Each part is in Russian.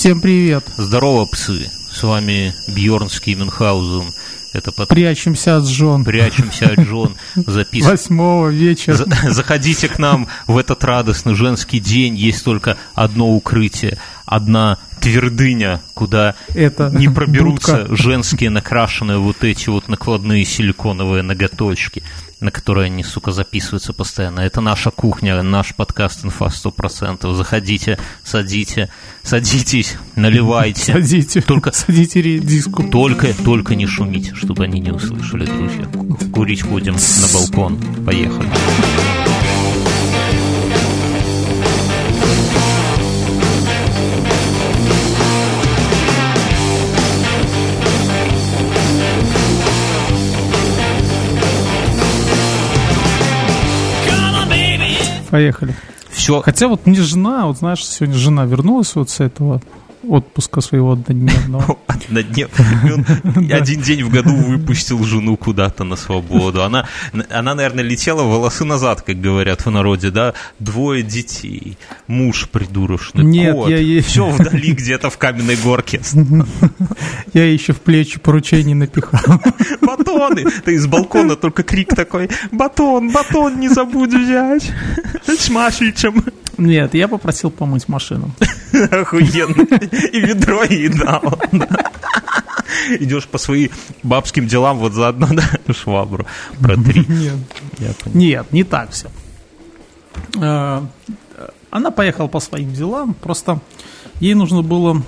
Всем привет. Здорово, псы. С вами Бьернский Мюнхгаузен. Это Прячемся от жен. Прячемся от жен. 8 вечера. Заходите к нам в этот радостный женский день. Есть только одно укрытие, одна твердыня, куда не проберутся будка. Женские накрашенные вот эти вот накладные силиконовые ноготочки, на которые они, сука, записываются постоянно. Это наша кухня, наш подкаст «Инфа 100%». Заходите, садитесь, наливайте. Садите редиску. Только не шумите, чтобы они не услышали, друзья. Курить ходим на балкон. Поехали. Поехали. Все. Хотя вот мне жена, вот знаешь, сегодня жена вернулась вот с этого отпуска своего однодневного. Один день в году выпустил жену куда-то на свободу. Она, наверное, летела волосы назад, как говорят в народе, да? 2 детей, муж придурочный, нет, кот. Все вдали где-то в каменной горке. Я еще в плечи поручений напихал. Батоны! Ты из балкона только крик такой: батон, не забудь взять. С масличем. Нет, я попросил помыть машину. Охуенно. И ведро ей дал. Идешь по своим бабским делам, вот заодно, да, швабру протри. Нет, не так все. Она поехала по своим делам, просто ей нужно было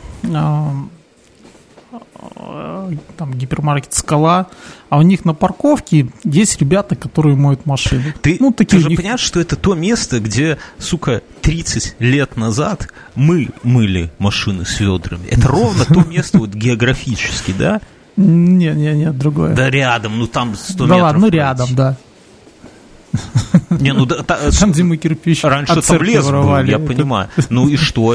там гипермаркет «Скала», а у них на парковке есть ребята, которые моют машины. Ты же понимаешь, что это то место, где, сука, 30 лет назад мы мыли машины с ведрами. Это ровно то место вот географически, да? Нет, другое. Да рядом, там 100 метров. Да ладно, рядом, да. Не, там, где мы кирпич раньше там лес был, я понимаю. Ну и что?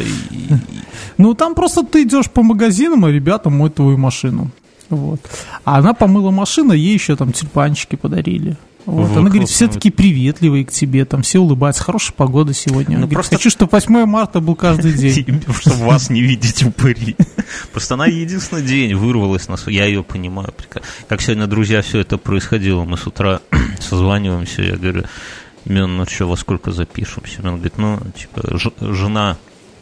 Ну там просто ты идешь по магазинам, а ребята моют твою машину. Вот. А она помыла машину, ей еще там тюльпанчики подарили. Вот. Она говорит, все такие приветливые к тебе, там все улыбаются, хорошая погода сегодня. Говорит, просто хочу, чтобы 8 марта был каждый день. Чтобы вас не видеть упыри. Просто она единственный день вырвалась на свой. Я ее понимаю. Как сегодня, друзья, все это происходило. Мы с утра созваниваемся, я говорю: Мен, ну что, во сколько запишемся? Мен говорит, жена...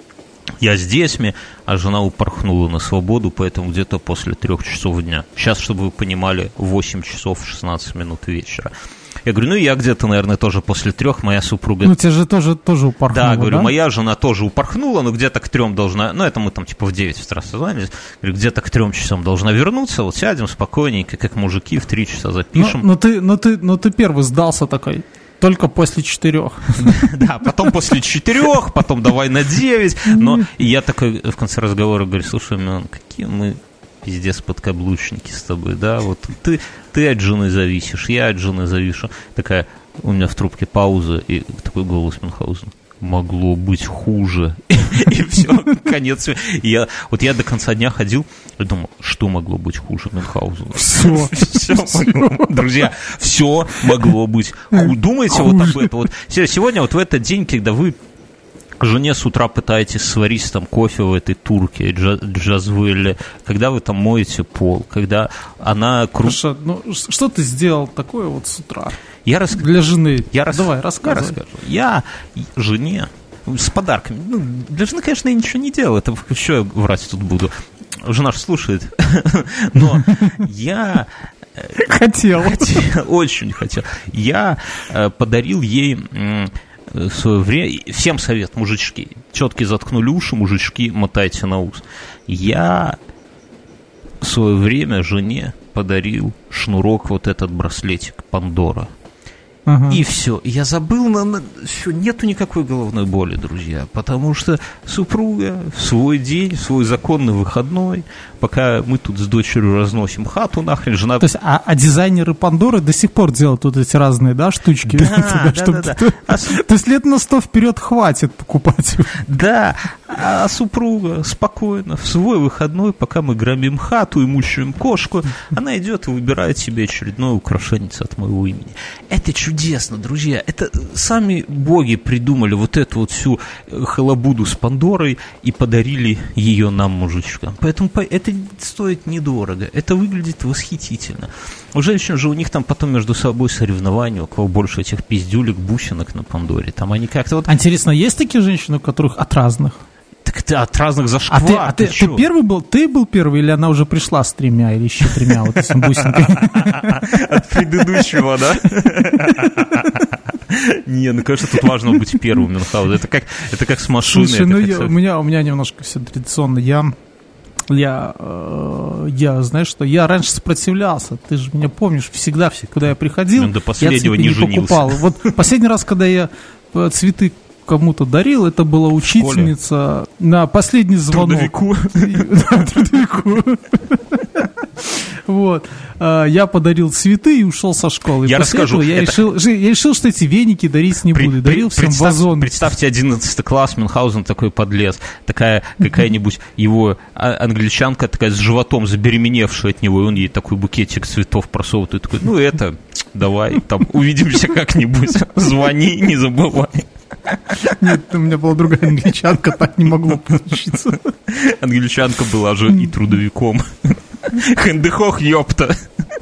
Я с детьми, а жена упорхнула на свободу, поэтому где-то после 3 часов дня. Сейчас, чтобы вы понимали, 8 часов 16 минут вечера. Я говорю, я где-то, наверное, тоже после 3, моя супруга... Ну, тебе же тоже упорхнула, да? Говорю, моя жена тоже упорхнула, но где-то к 3 должна... это мы там в 9 в раз созвонились. Говорю, где-то к 3 часам должна вернуться, вот сядем спокойненько, как мужики, в 3 часа запишем. Но ты первый сдался такой... Только после 4. Да, потом после 4, потом давай на 9. Но я такой в конце разговора говорю: слушай, Мен, какие мы пиздец подкаблучники с тобой, да? Вот ты от жены зависишь, я от жены завишу. Такая у меня в трубке пауза, и такой голос Мюнхгаузена: могло быть хуже. И все, конец. Я до конца дня ходил и думал, что могло быть хуже Мюнхгаузена. Все могло, друзья, все могло быть хуже. Думайте вот об этом. Вот сегодня вот в этот день, когда вы жене с утра пытаетесь сварить там кофе в этой турке, джазвелле, когда вы там моете пол, когда она... Хорошо, что ты сделал такое вот с утра? Для жены. Давай, рассказывай. Я жене с подарками. Для жены, конечно, я ничего не делал. Это что я врать тут буду? Жена же слушает. Но я... Хотел. Очень хотел. Я подарил ей... в свое время, всем совет, мужички, четки заткнули уши, мужички, мотайте на ус. Я в свое время жене подарил шнурок, вот этот браслетик Пандора. И все. Я забыл, все, нету никакой головной боли, друзья, потому что супруга в свой день, в свой законный выходной, пока мы тут с дочерью разносим хату нахрен, жена... То есть, а дизайнеры Пандоры до сих пор делают вот эти разные, да, штучки? Да. То есть лет на 100 вперед хватит покупать. Да, А супруга спокойно в свой выходной, пока мы громим хату и мучаем кошку, она идет и выбирает себе очередное украшение от моего имени. Это чудесно, друзья. Это сами боги придумали вот эту вот всю халабуду с Пандорой и подарили ее нам, мужичкам. Поэтому это стоит недорого. Это выглядит восхитительно. У женщин же у них там потом между собой соревнования, у кого больше этих пиздюлек, бусинок на Пандоре. Там они как-то вот... Интересно, есть такие женщины, у которых от разных? Так ты от разных зашквар. Ты первый был? Ты был первый, или она уже пришла с 3 или еще 3 вот этим бусинками? От предыдущего, да? Не, ну, конечно, тут важно быть первым, Мюнхгаузен. Это как с машиной. Слушай, у меня немножко все традиционно. Я, знаешь что, я раньше сопротивлялся, ты же меня помнишь, всегда, куда я приходил, до последнего я цветы не покупал. Вот последний раз, когда я цветы кому-то дарил, это была учительница на последний звонок. Трудовику. Вот. Я подарил цветы и ушел со школы. Я расскажу. Я решил, что эти веники дарить не буду. Дарил всем вазон. Представьте, 11 класс, Мюнхгаузен такой подлез. Такая какая-нибудь его англичанка, такая с животом забеременевшая от него, и он ей такой букетик цветов просовывает. И такой, ну это, давай, там, увидимся как-нибудь. Звони, не забывай. Нет, у меня была другая англичанка, так не могло получиться. Англичанка была же и трудовиком. Хэндехох, ёпта.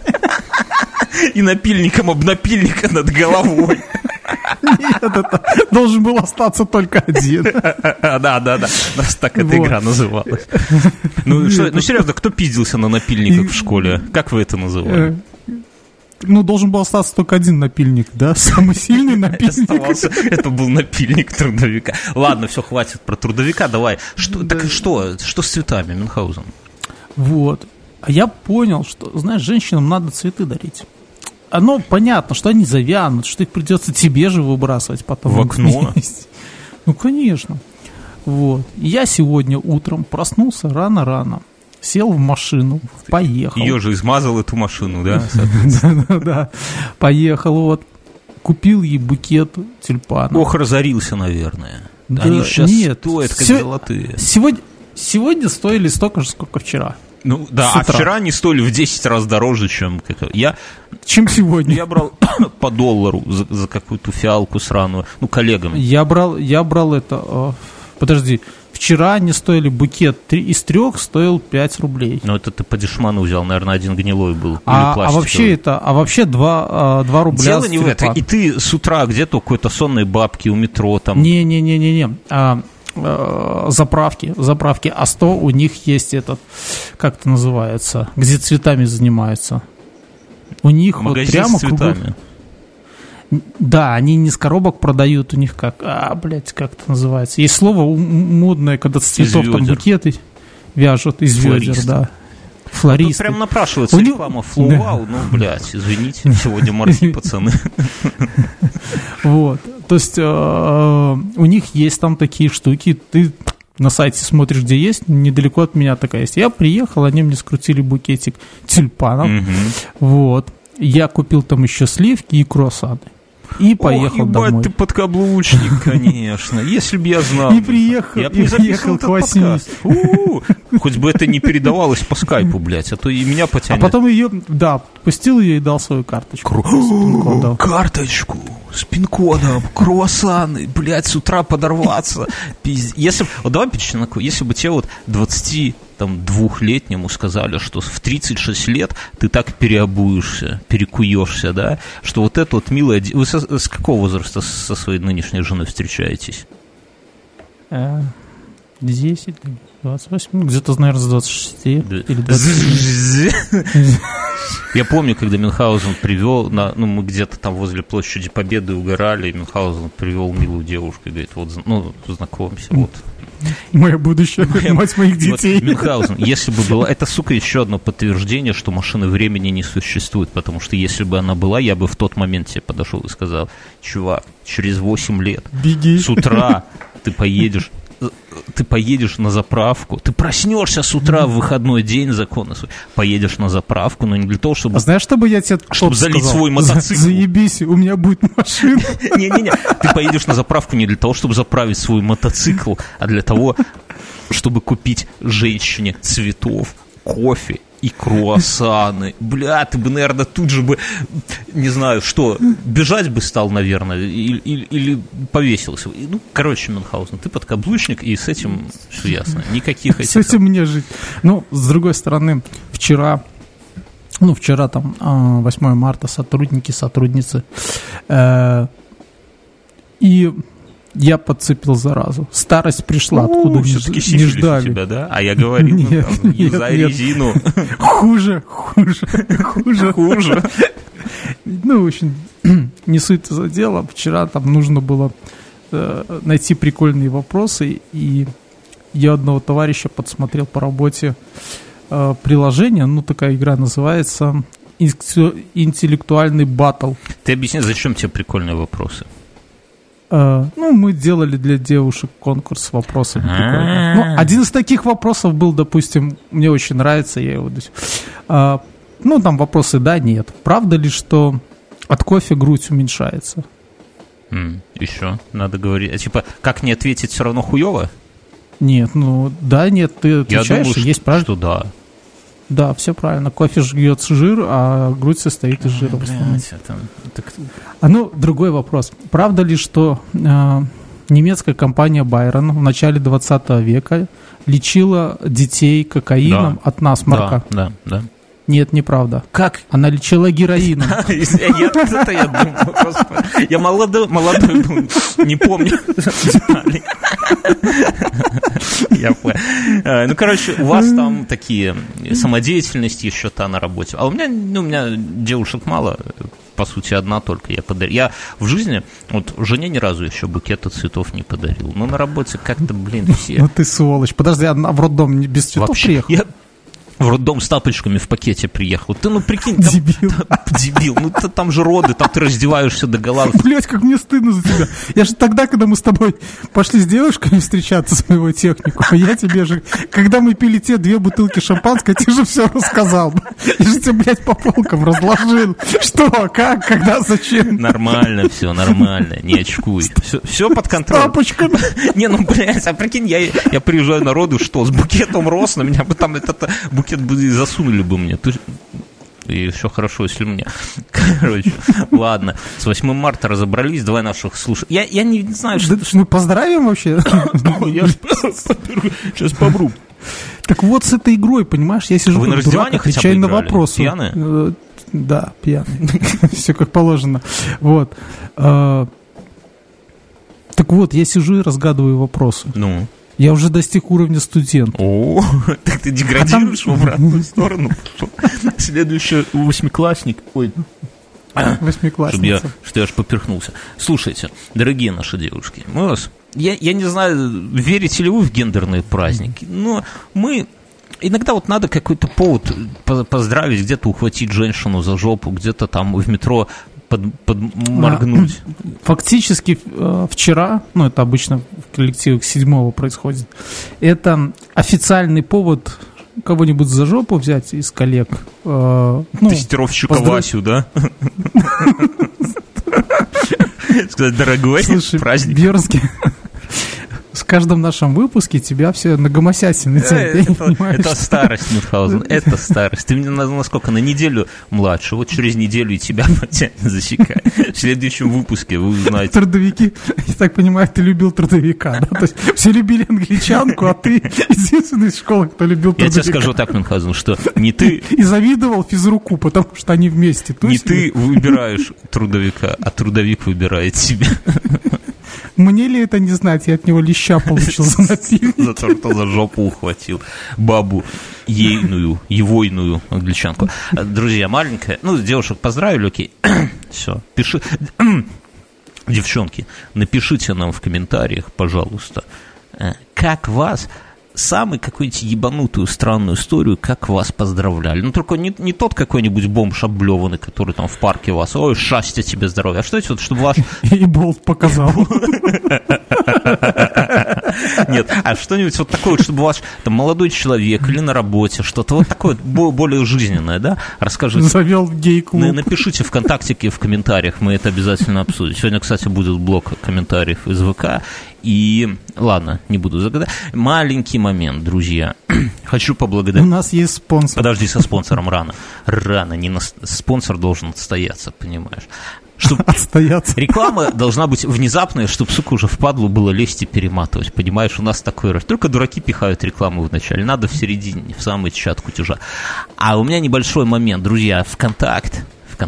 И напильником об напильника над головой. Нет, это должен был остаться только один. Да. Раз так эта игра называлась. Ну, серьезно, кто пиздился на напильниках в школе? Как вы это называли? Ну, должен был остаться только один напильник, да? Самый сильный напильник. Это был напильник трудовика. Ладно, все, хватит про трудовика, давай. Что с цветами, Мюнхгаузен? Вот. А я понял, что, знаешь, женщинам надо цветы дарить. Оно понятно, что они завянут, что их придется тебе же выбрасывать потом. В окно? Ну, конечно. Вот. Я сегодня утром проснулся рано-рано. Сел в машину, поехал. Ее же измазал эту машину, да? Да. Поехал, вот. Купил ей букет тюльпанов. Ох, разорился, наверное. Они сейчас стоят, как золотые. Сегодня стоили столько же, сколько вчера. Ну да, а вчера они стоили в 10 раз дороже, чем сегодня. Я брал по $1 за какую-то фиалку сраную, коллегами. Я брал это... Подожди. Вчера они стоили букет из 3 стоил 5 рублей. Ну, это ты по дешману взял, наверное, один гнилой был. А вообще 2 рубля. Дело не в этом. И ты с утра где-то у какой-то сонной бабки у метро там. Не. Заправки. А100 у них есть этот, как это называется, где цветами занимаются. У них магазин вот прямо с цветами. Да, они не с коробок продают, у них как это называется. Есть слово модное, когда с цветов там букеты вяжут из ведер, да. Флористы. Тут прям напрашивается реклама Флоуау, извините, сегодня морские пацаны. Вот, то есть у них есть там такие штуки, ты на сайте смотришь, где есть, недалеко от меня такая есть. Я приехал, они мне скрутили букетик тюльпанов, вот. Я купил там еще сливки и круассаны. И поехал домой. Ты подкаблучник, конечно. Если бы я знал. И приехал, я приехал к Василию. Хоть бы это не передавалось по скайпу, блядь, а то и меня потянет. А потом ее, пустил ее и дал свою карточку. Карточку с пин-кодом, круассаны, блядь, с утра подорваться. Если бы тебе вот 22-летнему сказали, что в 36 лет ты так переобуешься, перекуешься, да, что вот это вот милое... Вы с какого возраста со своей нынешней женой встречаетесь? 10, 28, где-то, наверное, с 26 или 27. Я помню, когда Мюнхгаузен привел, мы где-то там возле площади Победы угорали, и Мюнхгаузен привел милую девушку и говорит, знакомься, вот. Моя будущая мать моих детей. Мюнхгаузен, если бы была... Это, сука, еще одно подтверждение, что машины времени не существует, потому что если бы она была, я бы в тот момент тебе подошел и сказал, чувак, через 8 лет беги. С утра ты поедешь ты поедешь на заправку, ты проснешься с утра в выходной день, законно свой, поедешь на заправку, но не для того, чтобы... А знаешь, что бы я тебе чтобы залить сказал? свой мотоцикл. Заебись, у меня будет машина. Не-не-не, ты поедешь на заправку не для того, чтобы заправить свой мотоцикл, а для того, чтобы купить женщине цветов, кофе и круассаны. Бля, ты бы, наверное, тут же бы, не знаю, что, бежать бы стал, наверное, или повесился. Ну, короче, Мюнхгаузен, ты подкаблучник, и с этим все ясно. Никаких этих... С этим мне жить. Ну, с другой стороны, вчера там 8 марта, сотрудники, сотрудницы, и я подцепил заразу. Старость пришла, откуда все-таки не ждали. У тебя, да? А я говорил, юзай резину. Хуже. Ну, в общем, не суть за дело. Вчера там нужно было найти прикольные вопросы, и я одного товарища подсмотрел по работе приложение, ну, такая игра называется «Интеллектуальный баттл». Ты объясни, зачем тебе прикольные вопросы? Ну, мы делали для девушек конкурс с вопросами. Ну, один из таких вопросов был, допустим, мне очень нравится, я его... Ну, там вопросы «да», «нет». Правда ли, что от кофе грудь уменьшается? Еще надо говорить. А типа, как не ответить, все равно хуево? Нет, ну, да, нет, ты отвечаешь, я думаю, есть правильно. Что да. Да, все правильно. Кофе жует жир, а грудь состоит из жира. Ну, другой вопрос. Правда ли, что немецкая компания Байрон в начале 20 века лечила детей кокаином от насморка? Да. Нет, неправда. Как? Она лечила героином. Это я думаю, господи. Я молодой был, не помню. Я понял. Ну, короче, у вас там такие самодеятельности еще-то на работе. А у меня девушек мало, по сути, одна только. Я в жизни, вот жене ни разу еще букета цветов не подарил. Но на работе как-то, все. Ну ты сволочь. Подожди, она в роддом без цветов приехала? Я в роддом с тапочками в пакете приехал. Ты, прикинь, дебил. Ну, там же роды, там ты раздеваешься догола. Блять, как мне стыдно за тебя. Я же тогда, когда мы с тобой пошли с девушками встречаться с моего техникума, я тебе же, когда мы пили те 2 бутылки шампанского, я тебе же все рассказал. Я же тебе, блядь, по полкам разложил. Что, как, когда, зачем. Нормально все, нормально, не очкуй. Все под контролем. Тапочками. Не, блядь, а прикинь, я приезжаю на роды, что, с букетом роз, на меня бы там букет бы засунули бы мне. И все хорошо, если мне. Короче, ладно. С 8 марта разобрались, давай наших слушать. Я не знаю, что... Мы поздравим вообще? Я сейчас помру. Так вот с этой игрой, понимаешь, я сижу как дурак, отвечаю на вопросы. Пьяные? Да, пьяные. Все как положено. Вот. Так вот, я сижу и разгадываю вопросы. Ну? Я уже достиг уровня студента. О, так ты деградируешь в обратную сторону. Следующий 8-классник. Ой. 8-классница. Что я аж поперхнулся. Слушайте, дорогие наши девушки, мы вас... Я не знаю, верите ли вы в гендерные праздники, но мы... Иногда вот надо какой-то повод поздравить, где-то ухватить женщину за жопу, где-то там в метро подморгнуть. Фактически вчера, ну это обычно в коллективах 7-го происходит, это официальный повод кого-нибудь за жопу взять из коллег. Тестировщика Васю, да? Сказать, дорогой, праздник. Бьернский. С каждым нашим выпуске тебя все на гомосятину тянет. Это старость, Мюнхгаузен, это старость. Ты мне насколько, на неделю младше, вот через неделю и тебя засекаю. В следующем выпуске вы узнаете. Трудовики, я так понимаю, ты любил трудовика, да? То есть все любили англичанку, а ты единственный из школы, кто любил трудовика. Я тебе скажу так, Мюнхгаузен, что не ты... И завидовал физруку, потому что они вместе. Не ты выбираешь трудовика, а трудовик выбирает себя. Мне ли это не знать? Я от него леща получил за напильник. За то, что за жопу ухватил бабу егойную англичанку. Друзья, маленькая, девушек поздравили, окей. Все, пиши. Девчонки, напишите нам в комментариях, пожалуйста, как вас... Самую какую-нибудь ебанутую странную историю, как вас поздравляли. Только не тот какой-нибудь бомж облеванный, который там в парке вас, ой, счастья тебе, здоровья. А что это вот, чтобы ваш... И болт показал. Нет, а что-нибудь вот такое, чтобы у вас там молодой человек или на работе, что-то вот такое более жизненное, да? Расскажите. Завел гей-клуб. Напишите ВКонтактике в комментариях, мы это обязательно обсудим. Сегодня, кстати, будет блок комментариев из ВК. И, ладно, не буду загадать. Маленький момент, друзья. Хочу поблагодарить. У нас есть спонсор. Подожди, со спонсором рано. Спонсор должен отстояться, понимаешь? Чтобы отстояться. Реклама должна быть внезапная, чтобы, сука, уже впадлу было лезть и перематывать. Понимаешь, у нас такой... Только дураки пихают рекламу вначале. Надо в середине, в самый чат кутежа. А у меня небольшой момент, друзья. ВКонтакт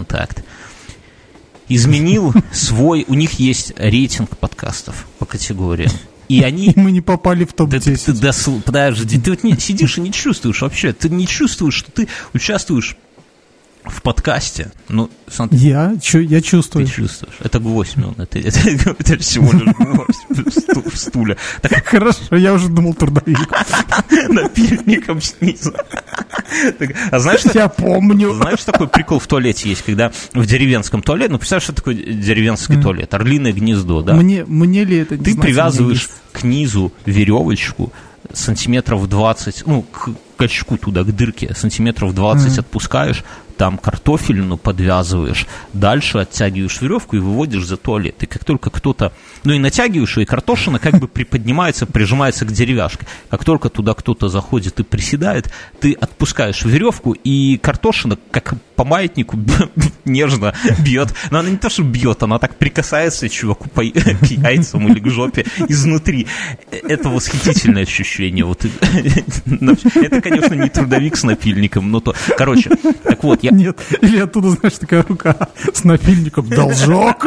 изменил свой... У них есть рейтинг подкастов по категориям. И мы не попали в топ-10. Подожди, ты вот сидишь и не чувствуешь вообще. Ты не чувствуешь, что ты участвуешь в подкасте. Ну, я чувствую. Ты чувствуешь. Это гвоздь, это всего лишь гвоздь в стуле. Хорошо, я уже думал трудовик. Напильником снизу. А знаешь, я помню. Знаешь, такой прикол в туалете есть, когда в деревенском туалете, ну, представляешь, что такое деревенский туалет? Орлиное гнездо, да? Мне ли это не Ты привязываешь к низу веревочку сантиметров 20, ну, к качку туда, к дырке, сантиметров 20 отпускаешь, там картофельную подвязываешь, дальше оттягиваешь веревку и выводишь за туалет. И как только кто-то... Ну и натягиваешь ее, и картошина как бы приподнимается, прижимается к деревяшке. Как только туда кто-то заходит и приседает, ты отпускаешь веревку, и картошина, как по маятнику, нежно бьет. Но она не то, что бьет, она так прикасается чуваку к яйцам или к жопе изнутри. Это восхитительное ощущение. Вот. Это, конечно, не трудовик с напильником, но то... Короче, так вот, я... Нет, или оттуда, знаешь, такая рука с напильником, должок.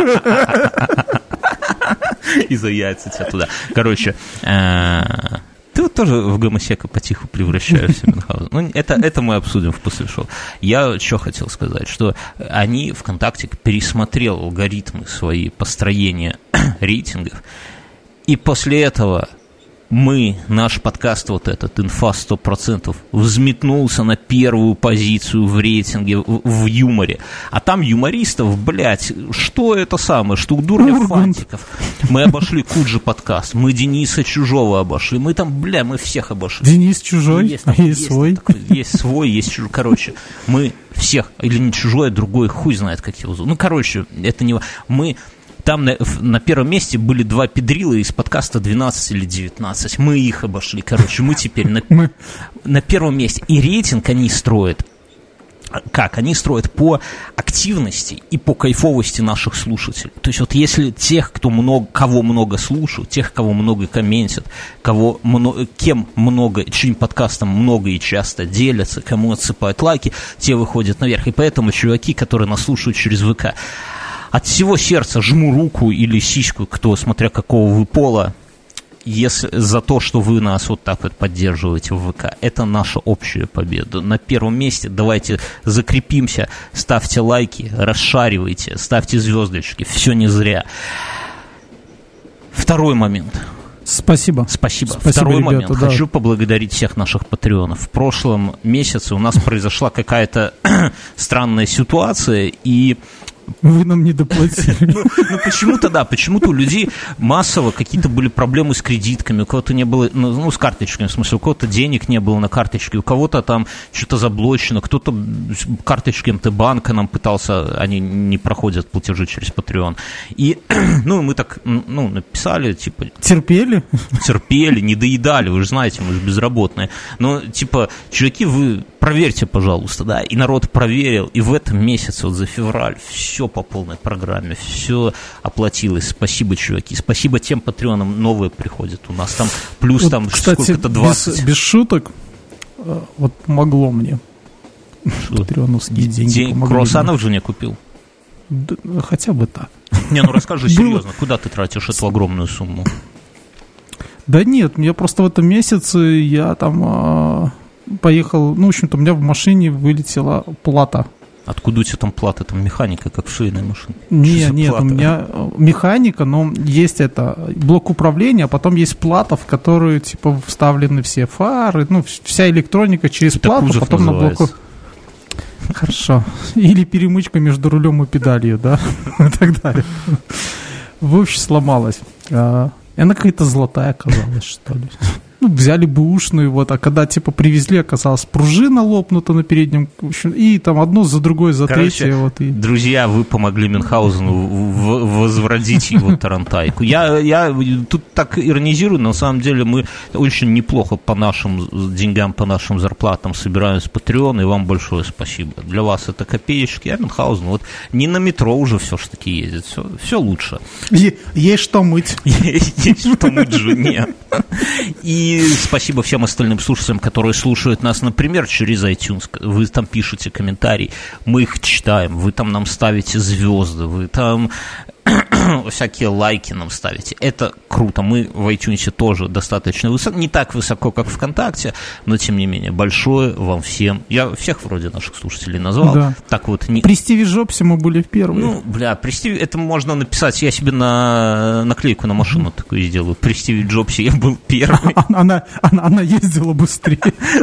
И за яйца тебя туда. Короче, ты вот тоже в гомосека потиху превращаешься, Мюнхгаузен. Ну, это мы обсудим в после шоу. Я что хотел сказать, что они, ВКонтакте, пересмотрел алгоритмы свои построения рейтингов, и после этого... наш подкаст вот этот, «Инфа 100%», взметнулся на первую позицию в рейтинге в юморе. А там юмористов, блядь, что это самое, что у дурня фантиков. Мы обошли Куджи подкаст, мы Дениса Чужого обошли, мы там, мы всех обошли. Денис Чужой, есть свой. Есть свой, есть чужой. Короче, мы всех, или не чужой, а другой, хуй знает, как его зовут. Ну, короче, это не... Там на первом месте были два педрила из подкаста 12 или 19. Мы их обошли. Короче, мы теперь на первом месте. И рейтинг они строят. Как? Они строят по активности и по кайфовости наших слушателей. То есть вот если кого много слушают, тех, кого много комментят, кем много, чьим подкастом много и часто делятся, кому отсыпают лайки, те выходят наверх. И поэтому чуваки, которые нас слушают через ВК, от всего сердца жму руку или сиську, смотря какого вы пола, за то, что вы нас вот так вот поддерживаете в ВК. Это наша общая победа. На первом месте давайте закрепимся, ставьте лайки, расшаривайте, ставьте звездочки. Все не зря. Второй момент. Спасибо. Второй ребята, момент. Да. Хочу поблагодарить всех наших патреонов. В прошлом месяце у нас произошла какая-то странная ситуация, и... Вы нам не доплатили. Ну, почему-то, да, почему-то у людей массово какие-то были проблемы с кредитками, у кого-то не было, ну, с карточками, в смысле, у кого-то денег не было на карточке, у кого-то там что-то заблочено, кто-то карточки МТ-банка нам пытался, они не проходят платежи через Patreon. И, ну, мы так, ну, написали, типа... Терпели, не доедали, вы же знаете, мы же безработные. Но, типа, чуваки, вы проверьте, пожалуйста, да, и народ проверил, и в этом месяце, вот за февраль, все по полной программе, все оплатилось. Спасибо, чуваки. Спасибо тем патреонам, новые приходят у нас. Там плюс вот, там кстати, сколько-то 20. Без шуток, вот помогло мне. Патреоновские деньги. Круассанов же не купил? Да, хотя бы так. Не, ну расскажи серьезно, куда ты тратишь эту огромную сумму? Да нет, я просто в этом месяце я там поехал, ну, в общем-то, у меня в машине вылетела плата. Откуда у тебя там плата? Там механика, как в швейной машине. Нет, у меня механика, но есть блок управления, а потом есть плата, в которую, типа, вставлены все фары, ну, вся электроника через это плату, потом называется. На блоку... Хорошо. Или перемычка между рулем и педалью, да, и так далее. В общем, сломалась. И она какая-то золотая оказалась, что ли. Ну, взяли бэушную, вот, а когда, типа, привезли, оказалось, пружина лопнута на переднем, в общем, и там одно за другое, за третье, вот. И... Друзья, вы помогли Мюнхгаузену возвратить его тарантайку. Я тут так иронизирую, но на самом деле мы очень неплохо по нашим деньгам, по нашим зарплатам собираем с Patreon, и вам большое спасибо. Для вас это копеечки, а Мюнхгаузен вот не на метро уже все-таки ездит, все лучше. Есть что мыть. Есть что мыть жене. И спасибо всем остальным слушателям, которые слушают нас, например, через iTunes. Вы там пишете комментарии, мы их читаем, вы там нам ставите звезды, вы там всякие лайки нам ставите. Это круто. Мы в iTunes тоже достаточно высоко, не так высоко, как ВКонтакте, но тем не менее, большое вам всем. Я всех вроде наших слушателей назвал. Да. Так вот, при Стиве Джобсе мы были первые. Ну, при Стиве, это можно написать. Я себе наклейку на машину такую сделаю. При Стиве Джобсе я был первый. Она ездила быстрее.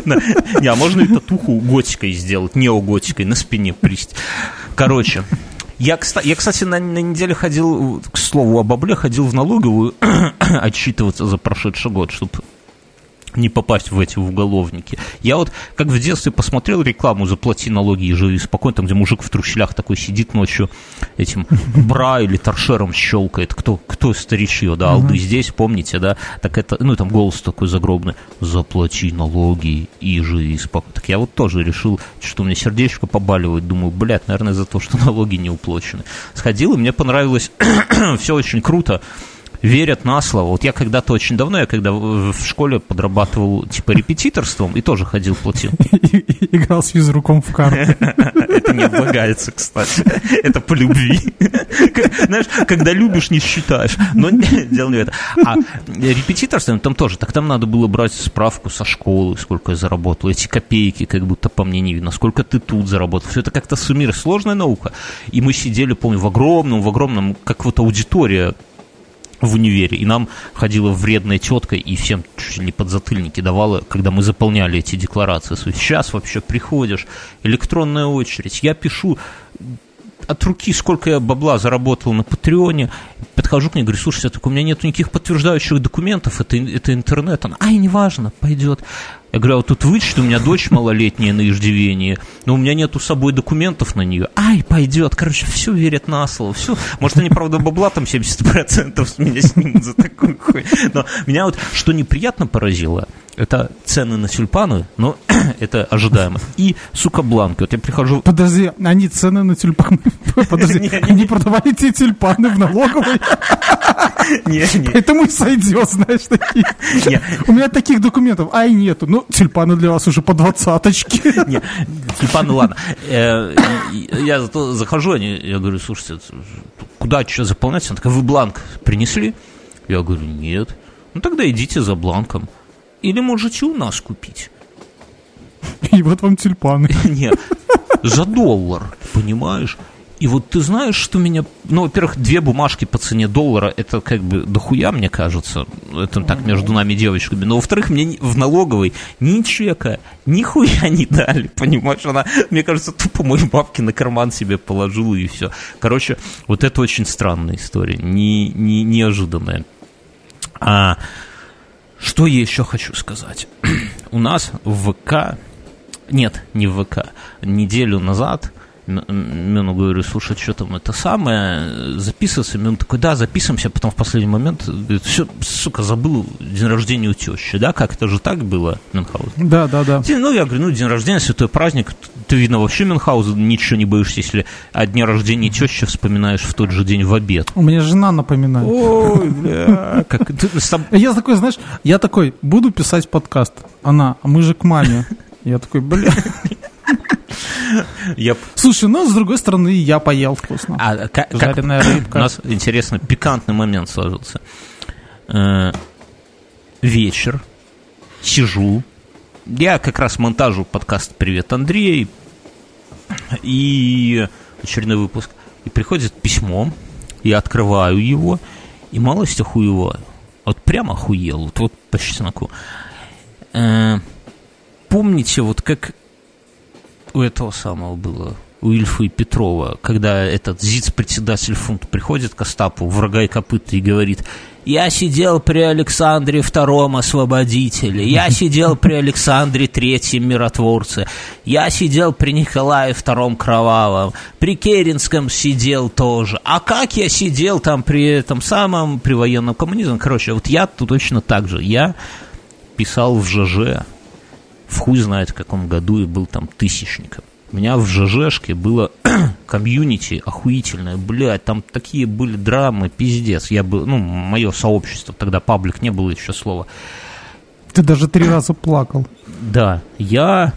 А можно и татуху готикой сделать, неоготикой на спине пристить. Короче, я, кстати, на неделе ходил, к слову, об Бабле, ходил в налоговую отчитываться за прошедший год, чтобы не попасть в эти уголовники. Я вот, как в детстве, посмотрел рекламу «Заплати налоги и живи спокойно», там, где мужик в трущелях такой сидит ночью, этим бра или торшером щелкает. Кто старичье, да, алды здесь, помните, да? Так это, ну, там голос такой загробный: «Заплати налоги и живи спокойно». Так я вот тоже решил, что у меня сердечко побаливает, думаю, блядь, наверное, за то, что налоги не уплачены. Сходил, и мне понравилось, все очень круто. Верят на слово. Вот я когда-то очень давно, когда в школе подрабатывал типа репетиторством и тоже ходил, платил. Играл с физруком в карты. Это не облагается, кстати. Это по любви. Знаешь, когда любишь, не считаешь. Но дело не это. А репетиторством там тоже. Так там надо было брать справку со школы, сколько я заработал. Эти копейки, как будто по мне не видно. Сколько ты тут заработал. Все это как-то суммирует. Сложная наука. И мы сидели, помню, в огромном, как вот аудитория в универе, и нам ходила вредная тетка и всем чуть ли не подзатыльники давала, когда мы заполняли эти декларации. Сейчас вообще приходишь, электронная очередь, я пишу от руки, сколько я бабла заработал на Патреоне, подхожу к ней, говорю: слушайте, так у меня нет никаких подтверждающих документов, это интернет. Она: ай, неважно, пойдет. Я говорю: а вот тут вычет, у меня дочь малолетняя на иждивении, но у меня нету с собой документов на нее. Ай, пойдет. Короче, все верят на слово. Все. Может, они, правда, бабла там 70% с меня снимут за такую хуйню. Но меня вот что неприятно поразило, это цены на тюльпаны, но это ожидаемо. И, сука, бланки. Вот я прихожу... Подожди, они цены на тюльпаны... Подожди, они продавали те тюльпаны в налоговой? Поэтому и сойдет, знаешь, такие. У меня таких документов, ай, нету. Ну, тюльпаны для вас уже по 20-очке. Нет, тюльпаны, ладно. Я зато захожу, я говорю: слушайте, куда что заполнять? Она такая: вы бланк принесли? Я говорю: нет. Ну, тогда идите за бланком. Или можете у нас купить. И вот вам тюльпаны. Нет, за $1, понимаешь? И вот ты знаешь, что меня... Ну, во-первых, 2 бумажки по цене $1, это как бы дохуя, мне кажется. Это так между нами девочками. Но, во-вторых, мне в налоговой ни чека, ни хуя не дали, понимаешь? Она, мне кажется, тупо мои бабки на карман себе положила, и все. Короче, вот это очень странная история, неожиданная. Что я еще хочу сказать? У нас в ВК... Нет, не в ВК. Неделю назад Мюну говорю: слушай, что там это самое, записываться? Мюн такой: да, записываемся. Потом в последний момент говорит: все, сука, забыл день рождения у тещи. Да, как это же так было, Мюнхгаузен? Да. Ну, я говорю: день рождения, святой праздник. Ты, видно, вообще, Мюнхгаузен, ничего не боишься, если о дне рождения тещи вспоминаешь в тот же день в обед. У меня жена напоминает. Ой, бля. Я такой, знаешь, буду писать подкаст. Она: а мы же к маме. Я такой: бля. Слушай, ну, с другой стороны, я поел вкусно. Жареная рыбка. У нас, интересно, пикантный момент сложился. Вечер. Сижу. Я как раз монтажу подкаст «Привет, Андрей». И очередной выпуск. И приходит письмо. Я открываю его. И малость охуеваю. Вот прям охуел. Вот по чесноку. Помните, вот как у этого самого было у Ильфа и Петрова, когда этот зиц-председатель фунт приходит к Остапу в рога и копыта и говорит: «Я сидел при Александре II Освободителе, я сидел при Александре III Миротворце, я сидел при Николае II Кровавом, при Керенском сидел тоже, а как я сидел там при этом самом, при военном коммунизме?» Короче, вот я тут точно так же, я писал в ЖЖ, в хуй знает в каком году, и был там тысячником. У меня в ЖЖшке было комьюнити охуительное, блядь, там такие были драмы, пиздец. Я был, мое сообщество, тогда паблик, не было еще слова. Ты даже 3 раза плакал. Да, я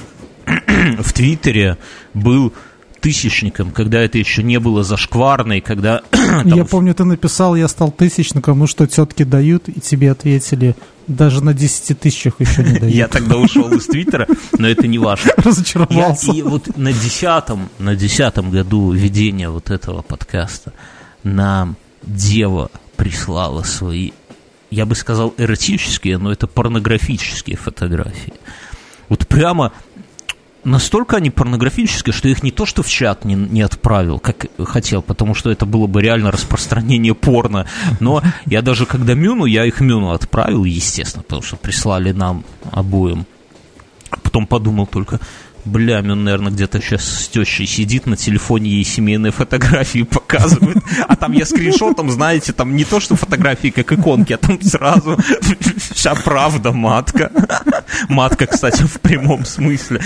в Твиттере был тысячником, когда это еще не было зашкварно, и когда... Я помню, ты написал, я стал тысячником, ну что, тетки дают, и тебе ответили, даже на 10 тысячах еще не дают. Я тогда ушел из Твиттера, но это не важно. Разочаровался. И вот на 10-м году ведения вот этого подкаста нам дева прислала свои, я бы сказал, эротические, но это порнографические фотографии. Вот прямо... Настолько они порнографические, что их не то что в чат не отправил, как хотел, потому что это было бы реально распространение порно. Но я даже когда я их Мюну отправил, естественно, потому что прислали нам обоим. Потом подумал только, бля, Мюн, наверное, где-то сейчас с тещей сидит, на телефоне ей семейные фотографии показывает. А там я скриншотом, знаете, там не то что фотографии, как иконки, а там сразу вся правда, матка. Матка, кстати, в прямом смысле.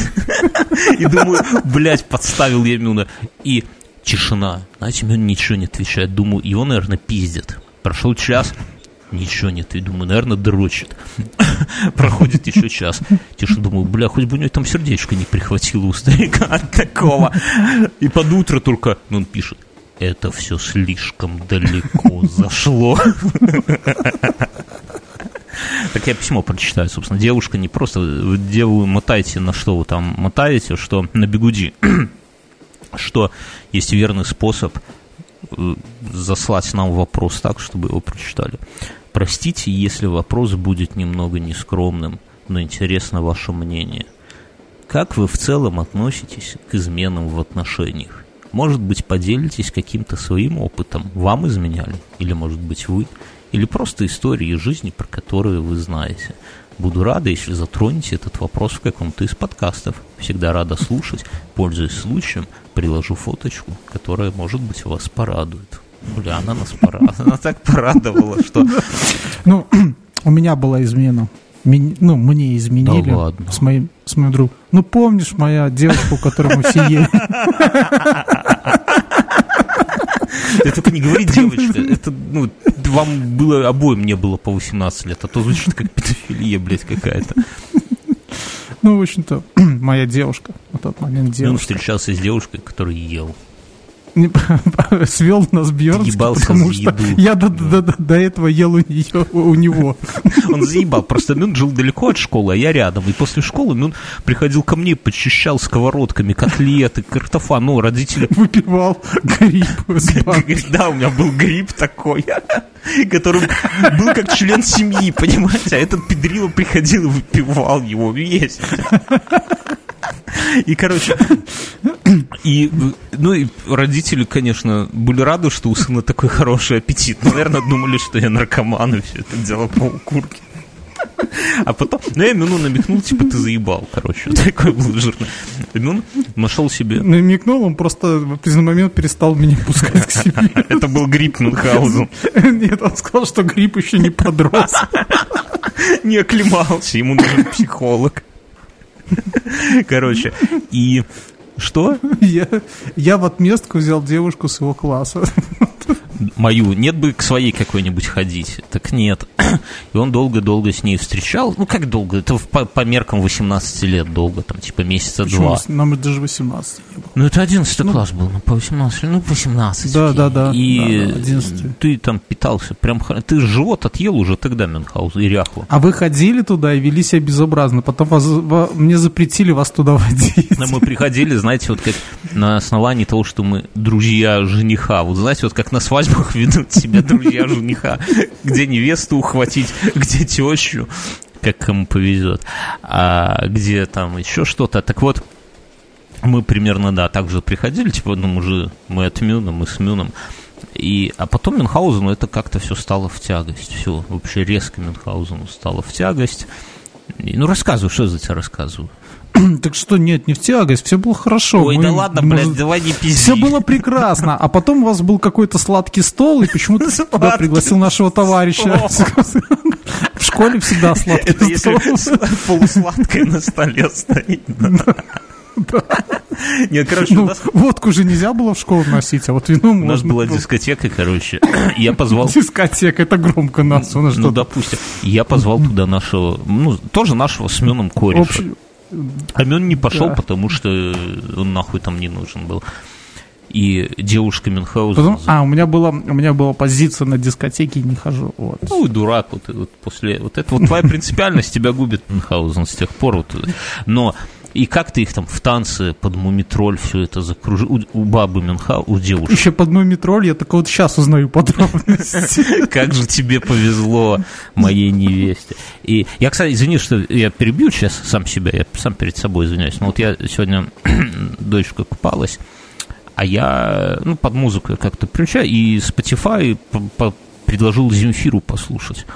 И думаю, блядь, подставил я Мюна. И тишина. Знаете, Мюн ничего не отвечает. Думаю, его, наверное, пиздят. Прошел час, ничего нет. И думаю, наверное, дрочит. Проходит еще час. Тише, думаю, бля, хоть бы у него там сердечко не прихватило у старика от такого. И под утро только он пишет: это все слишком далеко зашло. Так я письмо прочитаю, собственно. Девушка не просто... Деву мотаете на что вы там мотаете, что на бигуди. Что есть верный способ заслать нам вопрос так, чтобы его прочитали. Простите, если вопрос будет немного нескромным, но интересно ваше мнение. Как вы в целом относитесь к изменам в отношениях? Может быть, поделитесь каким-то своим опытом? Вам изменяли? Или, может быть, вы? Или просто истории жизни, про которые вы знаете. Буду рада, если затронете этот вопрос в каком-то из подкастов. Всегда рада слушать. Пользуясь случаем, приложу фоточку, которая, может быть, вас порадует. Бля, она нас порадовала. Она так порадовала, что... Ну, у меня была измена. Мне изменили. Да ладно. С моим другом. Ну, помнишь, моя девушка, у которой мы все ели? Ты только не говори, девочка. Это, вам было обоим не было по 18 лет, а то звучит как педофилия, блядь, какая-то. Ну, в общем-то, моя девушка, на тот момент девушка. Он встречался с девушкой, которая ел. Свел нас Бьернский, потому что я до этого ел у него. Он заебал, просто Мюн жил далеко от школы, а я рядом. И после школы Мюн приходил ко мне, подчищал сковородками котлеты, картофан, родители... Выпивал гриб. Да, у меня был гриб такой, который был как член семьи, понимаете? А этот педрило приходил и выпивал его весь. И, короче, и родители, конечно, были рады, что у сына такой хороший аппетит. Наверное, думали, что я наркоман, и все это дело по укурке. А потом, я Мюну намекнул, типа, ты заебал, короче. Такой был жирный. Мюн нашел себе... Намекнул, он просто в определенный момент перестал меня пускать к себе. Это был гриб Мюнхгаузен. Нет, он сказал, что гриб еще не подрос. Не оклемался, ему нужен психолог. Короче, и что? Я в отместку взял девушку с его класса. Мою. Нет бы к своей какой-нибудь ходить. Так нет. И он долго-долго с ней встречал. Ну, как долго? Это по меркам 18 лет долго. Там, типа, месяца два. Нам даже 18 не было. Ну, это 11 класс был. Ну, по 18. Ну, 18. Да. И ты там питался прям... Ты живот отъел уже тогда, Мюнхгаузен, и ряхло. А вы ходили туда и вели себя безобразно. Потом мне запретили вас туда водить. Но мы приходили, знаете, вот как на основании того, что мы друзья жениха. Вот знаете, вот как на свадьбах ведут себя друзья жениха. Где невесту ухватить, где тещу, как кому повезет, а где там еще что-то. Так вот, мы примерно, да, так же приходили, типа, ну, мы от Мюна, мы с Мюном. А потом Мюнхгаузену это как-то все стало в тягость. Все, вообще резко Мюнхгаузену стало в тягость. Ну, рассказывай, что я за тебя рассказываю. Так что нет, не в тягость, все было хорошо. Ой, да ладно, блядь, давай не пизди. Все было прекрасно, а потом у вас был какой-то сладкий стол, и почему-то ты туда пригласил нашего товарища. В школе всегда сладкий стол. Это если полусладкое на столе стоит. Нет, короче, у нас... Водку же нельзя было в школу носить, а вот вино можно. У нас была дискотека, короче, я позвал... Дискотека, это громко названо. Ну, допустим. Я позвал туда нашего, ну, тоже нашего с Мюном кореша. А Мюн не пошел, потому что он нахуй там не нужен был. И девушка Мюнхгаузена... у меня была позиция на дискотеке, не хожу. Вот. Ну, дурак, вот после... Вот это вот твоя принципиальность тебя губит Мюнхгаузен с тех пор. Вот. Но... И как ты их там в танце под Мумитроль все это закружил? У бабы у девушки. Еще под Мумитроль, я только вот сейчас узнаю подробности. Как же тебе повезло, моей невесте. И я, кстати, извини, что я перебью сейчас сам себя, я сам перед собой извиняюсь. Но вот я сегодня, дочка купалась, а я, ну, под музыку я как-то включаю, и Spotify предложил Земфиру послушать.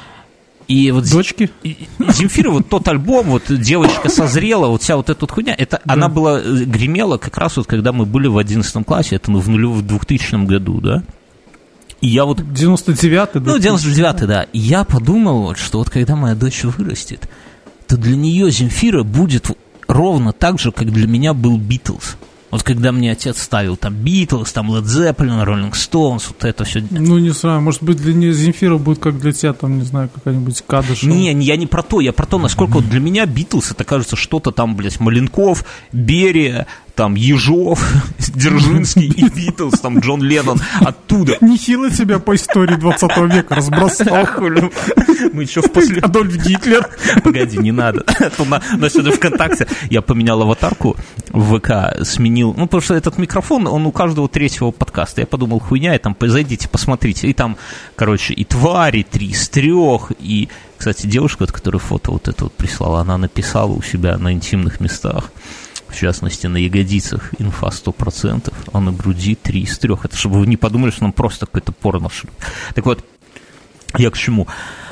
И вот дочки? Земфира, вот тот альбом, вот «Девочка созрела», вот вся вот эта вот хуйня, это да. Она была, гремела как раз вот, когда мы были в 11 классе, это в 2000 году, да? И я вот... 99-й, да? Ну, 99-й, да. И я подумал, вот, что вот когда моя дочь вырастет, то для нее Земфира будет ровно так же, как для меня был Битлз. Вот когда мне отец ставил там Битлз, там Led Zeppelin, Rolling Stones, вот это все. Ну, не знаю, может быть, для нее Земфира будет как для тебя, там, не знаю, какая-нибудь Кадышева. Не, я не про то, я про то, насколько вот для меня Битлз, это кажется что-то там, блядь, Маленков, Берия, там, Ежов, Дзержинский и Битлз, там, Джон Леннон, оттуда. Нехило тебя по истории 20 века разбросал. Мы еще в после... Адольф Гитлер. Погоди, не надо. На сегодня ВКонтакте я поменял аватарку в ВК, сменил, ну, потому что этот микрофон, он у каждого третьего подкаста. Я подумал, хуйня, и там, зайдите, посмотрите. И там, короче, и твари 3 из 3, и, кстати, девушка, которая фото вот это вот прислала, она написала у себя на интимных местах, в частности, на ягодицах инфа 100%, а на груди 3 из 3. Это чтобы вы не подумали, что нам просто какой-то порно шли. Так вот, я к чему?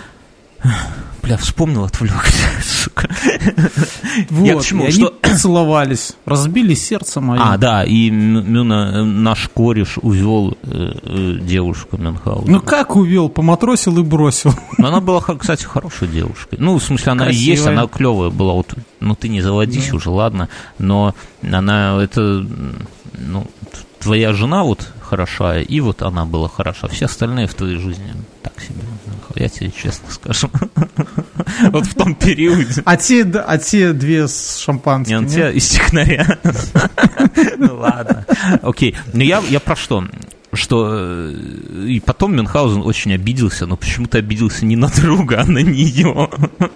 Бля, вспомнил, отвлекся, сука. Вот, я к чему? Что... Они целовались, разбили сердце мое. А, да, и Мюна, наш кореш увел девушку Мюнхгаузена. Ну как увел? Поматросил и бросил. Но она была, кстати, хорошей девушкой. Ну, в смысле, она красивая. И есть, она клевая была. Вот, ну, ты не заводись уже, ладно. Но она, это, ну, твоя жена вот хорошая, и вот она была хороша. Все остальные в твоей жизни так себе. Я тебе честно скажу. Вот в том периоде. А те две с шампанским? Нет, те из технаря. Ну ладно. Окей. Ну я про что? Что и потом Мюнхгаузен очень обиделся, но почему-то обиделся не на друга, а на нее.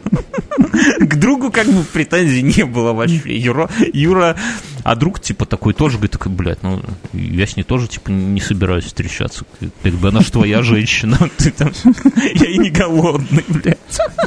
К другу как бы претензий не было вообще. Юра, а друг типа такой тоже говорит, такой, блядь, ну я с ней тоже типа не собираюсь встречаться. Как бы она ж твоя женщина, ты там, я и не голодный, блядь.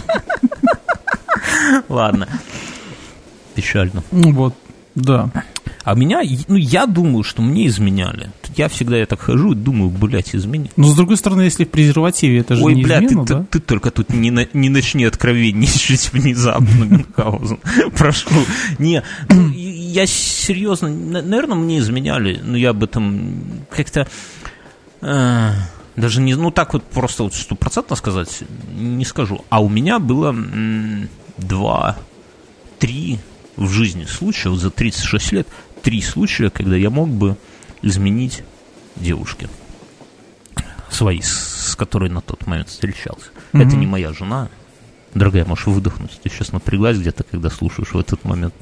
Ладно. Печально. Ну вот, да. А меня, ну, я думаю, что мне изменяли. Я всегда так хожу и думаю, блядь, изменили. Но, с другой стороны, если в презервативе, это же не измена, да? Ты только тут не начни откровенничать внезапно, Мюнхгаузен. Прошу. Не, я серьезно, наверное, мне изменяли, но я об этом как-то... Даже не, ну, так вот просто вот 100% сказать не скажу. А у меня было 2-3 в жизни случая, вот за 36 лет, 3 случая, когда я мог бы изменить девушке своей, с которой на тот момент встречался. Mm-hmm. Это не моя жена. Дорогая, можешь выдохнуть. Ты сейчас напряглась где-то, когда слушаешь в этот момент.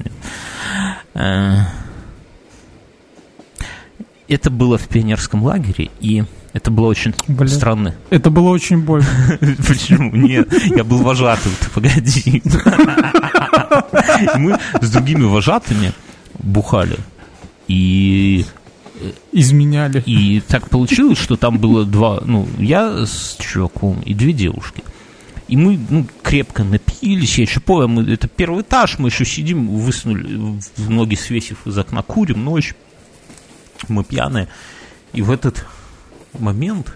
Это было в пионерском лагере, и это было очень странно. Это было очень больно. Почему? Нет, я был вожатым, ты погоди. Мы с другими вожатыми бухали и изменяли. И так получилось, что там было 2, ну, я с чуваком и 2 девушки. И мы, крепко напились, я еще помню, это первый этаж, мы еще сидим, высунули, в ноги свесив из окна, курим, ночь, мы пьяные. И в этот момент,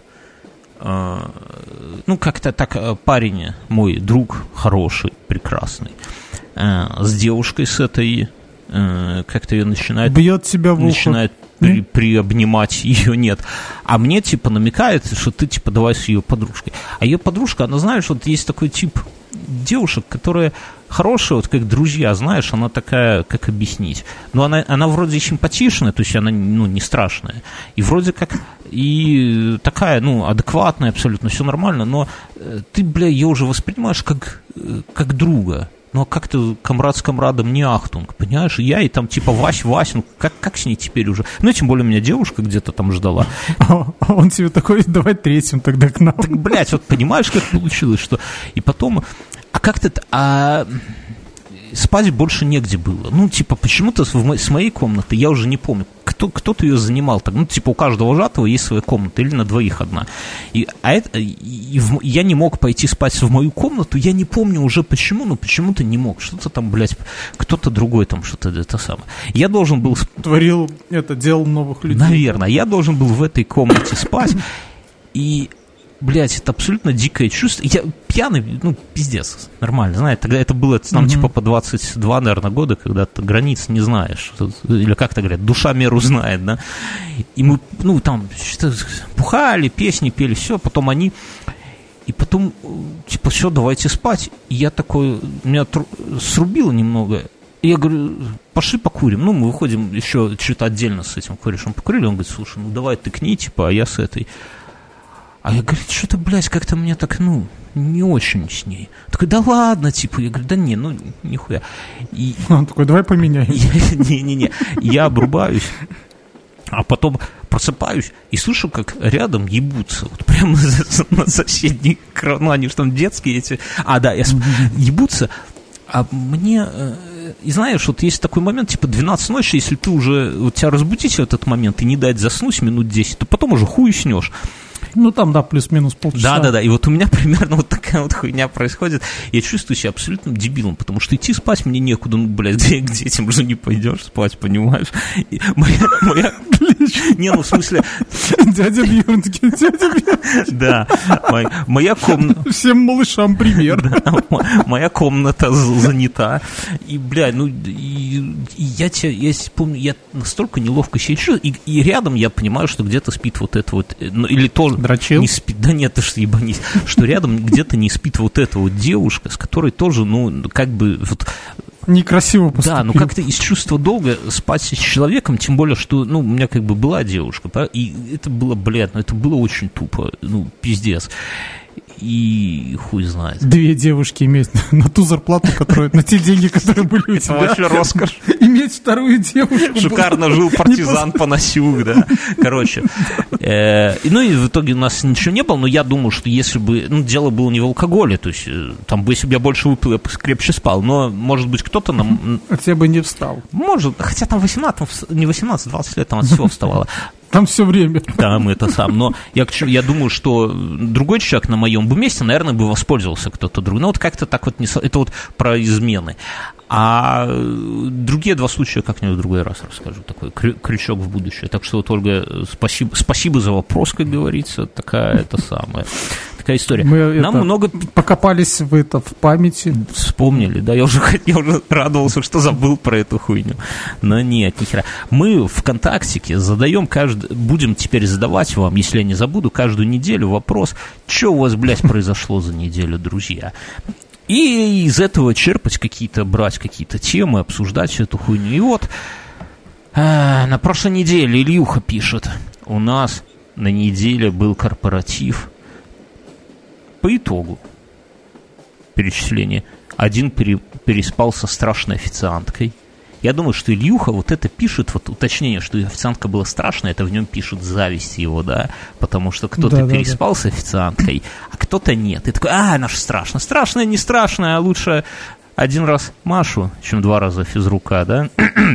как-то так парень, мой друг, хороший, прекрасный, с девушкой с этой, как-то ее начинает... Бьет тебя в ухо. Начинает приобнимать, ее нет. А мне, намекает, что ты, давай с ее подружкой. А ее подружка, она, знаешь, вот есть такой тип девушек, которые хорошие, вот как друзья, знаешь, она такая, как объяснить. Но она вроде симпатичная, то есть она, не страшная. И вроде как, и такая, адекватная абсолютно, все нормально, но ты, ее уже воспринимаешь как друга. Ну, а как ты комрад с комрадом не ахтунг, понимаешь? Я и там Вась, как с ней теперь уже? Тем более у меня девушка где-то там ждала. Он тебе такой, давай третьим тогда к нам. Так, блядь, вот понимаешь, как получилось, что... И потом... спать больше негде было. Почему-то с моей комнаты, я уже не помню, кто-то ее занимал так. У каждого вожатого есть своя комната, или на двоих одна. Я не мог пойти спать в мою комнату, я не помню уже почему, но почему-то не мог. Что-то там, блядь, кто-то другой там что-то это самое. Я должен был... Творил делал новых людей. Наверное, я должен был в этой комнате спать, и... Блять, это абсолютно дикое чувство. Я пьяный, пиздец, нормально, знаете, тогда это было нам по 22, наверное, года, когда ты границ не знаешь, или как-то говорят, душа меру знает, да, и мы, там, что-то бухали, песни пели, все, потом они, и потом, все, давайте спать, и я такой, меня срубило немного, и я говорю, пошли покурим, мы выходим еще что-то отдельно с этим корешем покурили, он говорит, слушай, давай ты к ней, а я с этой. А я говорю, что-то, блядь, как-то мне так, не очень с ней. Такой, да ладно, я говорю, да не, нихуя. И... Он такой, давай поменяем. Не-не-не, я обрубаюсь, а потом просыпаюсь и слышу, как рядом ебутся, вот прямо на соседней, они же там детские эти, ебутся, а мне... И знаешь, вот есть такой момент, 12 ночи, если ты уже, тебя разбудить в этот момент и не дать заснуть минут 10, то потом уже хуй снешь. Там, плюс-минус полчаса. Да. И вот у меня примерно вот такая вот хуйня происходит. Я чувствую себя абсолютно дебилом, потому что идти спать мне некуда. Где к детям уже не пойдешь спать, понимаешь? Не, в смысле... Дядя Бьерн. Да. Моя комната... Всем малышам пример. Моя комната занята. И, я помню, я настолько неловко себя чувствую, и рядом я понимаю, что где-то спит вот это вот... Или тоже... Дрочил? Не спит, да нет, ты что, ебанись, что рядом где-то не спит вот эта вот девушка, с которой тоже, некрасиво поступил. Да, как-то из чувства долга спать с человеком, тем более, что, у меня была девушка, и это было, это было очень тупо, пиздец. И хуй знает. Две девушки иметь на ту зарплату, на те деньги, которые были у тебя. Это вообще роскошь. Иметь вторую девушку. Шикарно жил партизан Панасюк, да. Короче. И в итоге у нас ничего не было, но я думаю, что если бы... дело было не в алкоголе, то есть там бы, если бы я больше выпил, я бы крепче спал, но, может быть, кто-то нам... А тебе бы не встал. Может, хотя там 20 лет там от всего вставало. Там все время. Там это сам. Но я думаю, что другой человек на моем бы месте, наверное, бы воспользовался кто-то другой. Как-то так вот не... Это вот про измены. А другие два случая как-нибудь в другой раз расскажу. Такой крючок в будущее. Так что вот, Ольга, спасибо за вопрос, как говорится. Такая история. Мы много покопались в памяти. Вспомнили, да. Я уже радовался, что забыл про эту хуйню. Но нет, нихера. Мы в ВКонтактике будем теперь задавать вам, если я не забуду, каждую неделю вопрос, что у вас, блядь, произошло за неделю, друзья. И из этого брать какие-то темы, обсуждать всю эту хуйню. И вот на прошлой неделе Ильюха пишет, у нас на неделе был корпоратив. По итогу перечисления один переспал со страшной официанткой. Я думаю, что Ильюха вот это пишет, вот уточнение, что официантка была страшная, это в нем пишет зависть его, да, потому что кто-то переспал с официанткой, а кто-то нет. И такой, она же страшная. Страшная, не страшная, а лучше один раз Машу, чем 2 раза физрука, да?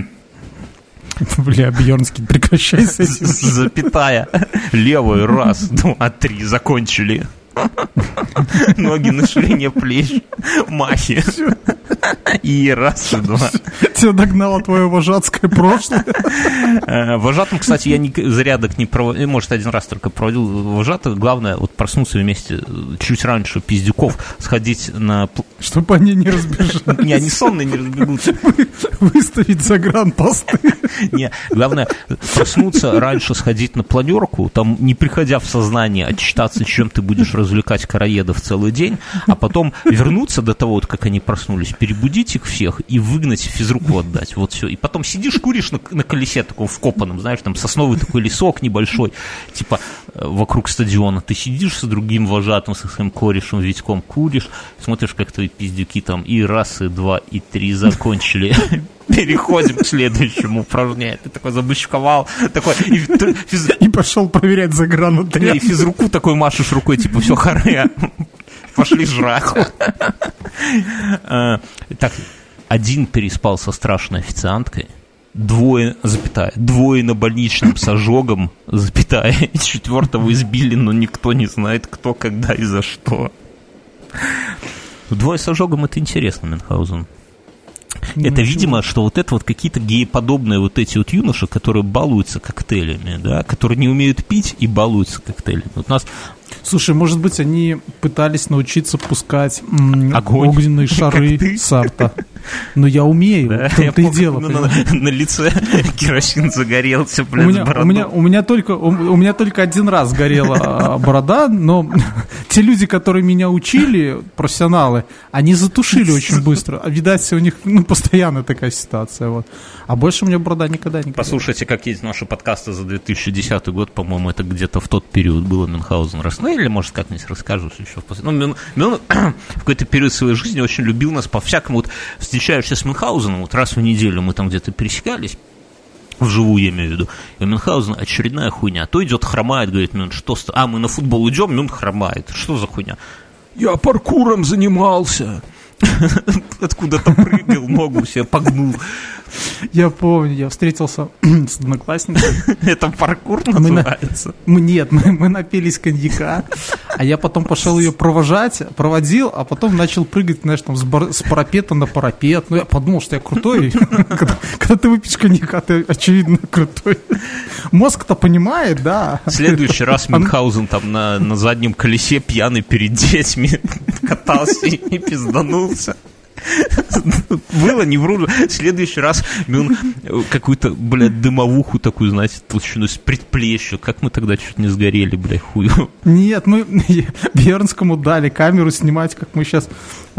Бля, Бьернский, прекращай с этим. Запятая. Левый, 1, 2, 3, закончили. Ноги на ширине плеч, махи. И раз, и два. Тебя догнало твое вожатское прошлое. Вожатым, кстати, я зарядок не проводил, может, один раз только проводил вожатых. Главное, вот проснуться вместе чуть раньше пиздюков, сходить на... Чтобы они не разбежались. Не, они сонные не разбегутся. Выставить загранпосты. Не, главное, проснуться раньше, сходить на планерку, там, не приходя в сознание, отчитаться, чем ты будешь развлекать короедов целый день, а потом вернуться до того, вот, как они проснулись, перебудить их всех и выгнать, физруку отдать. Вот все. И потом сидишь, куришь на колесе таком вкопанном, знаешь, там сосновый такой лесок небольшой, типа вокруг стадиона. Ты сидишь с другим вожатым, со своим корешем, Витьком, куришь, смотришь, как твои пиздюки там и раз, и два, и три закончили. Переходим к следующему упражнению. Ты такой забычковал, такой... И пошел проверять загранотряд. И физруку такой машешь рукой, типа, все, харе, пошли жрать. Так, один переспал со страшной официанткой, двое на больничном с ожогом, запятая, и четвертого избили, но никто не знает, кто, когда и за что. Двое с ожогом — это интересно, Мюнхгаузен. Это, видимо, что вот это вот какие-то гееподобные вот эти вот юноши, которые балуются коктейлями, да, которые не умеют пить и балуются коктейлями. Вот у нас... Слушай, может быть, они пытались научиться пускать огненные шары с арта. Но я умею, да, в том-то и дело. На лице керосин загорелся, блин, с бородой. У меня только один раз горела борода, но те люди, которые меня учили, профессионалы, они затушили очень быстро. Видать, у них постоянно такая ситуация. Вот. А больше у меня борода никогда не горела. Послушайте, какие наши подкасты за 2010 год, по-моему, это где-то в тот период было, Мюнхгаузен раз. Ну, или, может, как-нибудь расскажешь еще. Ну, Мюн в какой-то период своей жизни очень любил нас по-всякому. Вот встречаешься с Мюнхгаузеном, вот раз в неделю мы там где-то пересекались, вживую я имею в виду, и у Мюнхгаузена очередная хуйня. То идет, хромает, говорит, Мюн, что... мы на футбол идем, Мюн хромает. Что за хуйня? Я паркуром занимался. Откуда-то прыгал, ногу себе погнул. Я помню, я встретился с одноклассником. Это паркур называется? Нет, мы напились коньяка, а я потом пошел ее проводил, а потом начал прыгать, знаешь, там с парапета на парапет. Ну, я подумал, что я крутой. Когда ты выпьешь коньяка, ты, очевидно, крутой. Мозг-то понимает, да. В следующий раз Мюнхгаузен там на заднем колесе пьяный перед детьми катался и пизданулся. Было, не вру. В следующий раз Мюн какую-то, блядь, дымовуху такую, знаете, толщиной с предплечья. Как мы тогда чуть не сгорели, блядь, хую. Нет, мы Бернскому дали камеру снимать, как мы сейчас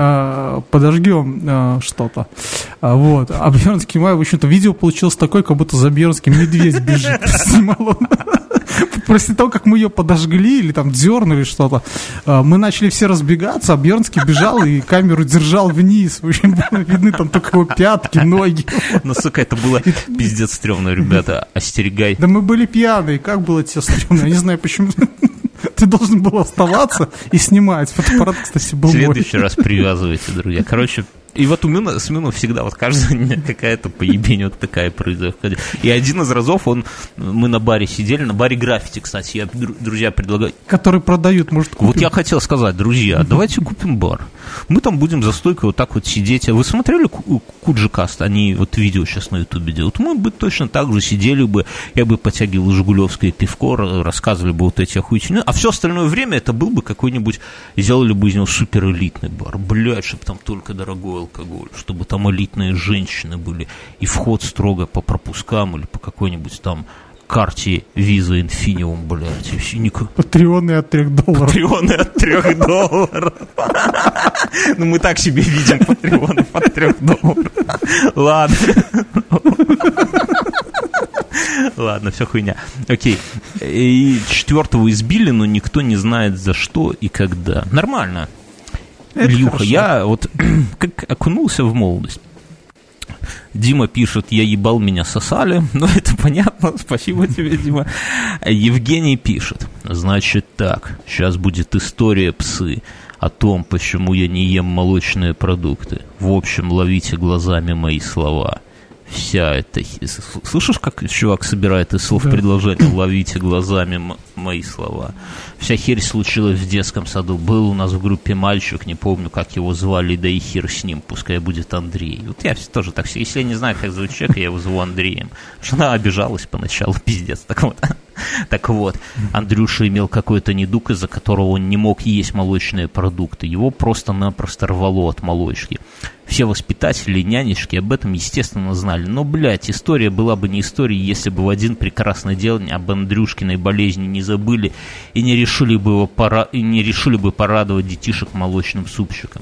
подожгем что-то. Вот. А Бернский, в общем-то, видео получилось такое, как будто за Бернским медведь бежит. Снимал он. После того, как мы ее подожгли или там дернули что-то, мы начали все разбегаться, а Бернский бежал и камеру держал вниз. В общем, видны там только его пятки, ноги. Ну, сука, это было пиздец стрёмно, ребята, остерегай. Да мы были пьяные, как было тебе стрёмно? Я не знаю, почему... Ты должен был оставаться и снимать. Фотоаппарат, кстати, был мой. В следующий раз привязывайте, друзья. Короче, и вот с Мюном всегда вот каждый день какая-то поебень вот такая происходит. И один из разов мы на баре сидели, на баре граффити, кстати, я, друзья, предлагаю... Который продают, может, купим. Вот я хотел сказать, друзья, давайте купим бар. Мы там будем за стойкой вот так вот сидеть. А вы смотрели Куджикаст? Они вот видео сейчас на Ютубе делают. Мы бы точно так же сидели бы, я бы подтягивал жигулевское пивко, рассказывали бы вот эти охуительные. А все остальное время это был бы какой-нибудь, сделали бы из него суперэлитный бар. Блядь, чтобы там только дорогой алкоголь, чтобы там элитные женщины были, и вход строго по пропускам или по какой-нибудь там карте Visa Infinity, блядь, и все никак. Патреоны от $3. Патреоны от $3. Ну, мы так себе видим патреоны от $3. Ладно. Ладно, все хуйня. Окей. И четвертого избили, но никто не знает за что и когда. Нормально. Ильюха, я вот как окунулся в молодость. Дима пишет, я ебал, меня сосали. Ну, это понятно, спасибо тебе, Дима. Евгений пишет, значит так, сейчас будет история псы о том, почему я не ем молочные продукты. В общем, ловите глазами мои слова. вся эта... Слышишь, как чувак собирает из слов предложения? Ловите глазами мои слова. Вся херь случилась в детском саду. Был у нас в группе мальчик, не помню, как его звали, да и хер с ним, пускай будет Андрей. Вот я тоже так... Если я не знаю, как зовут человека, я его зову Андреем. Жена обижалась поначалу, пиздец. Так вот, Андрюша имел какой-то недуг, из-за которого он не мог есть молочные продукты. Его просто-напросто рвало от молочки. Все воспитатели и нянечки об этом, естественно, знали. Но, блядь, история была бы не историей, если бы в один прекрасный день об Андрюшкиной болезни не забыли и не решили бы порадовать детишек молочным супчиком.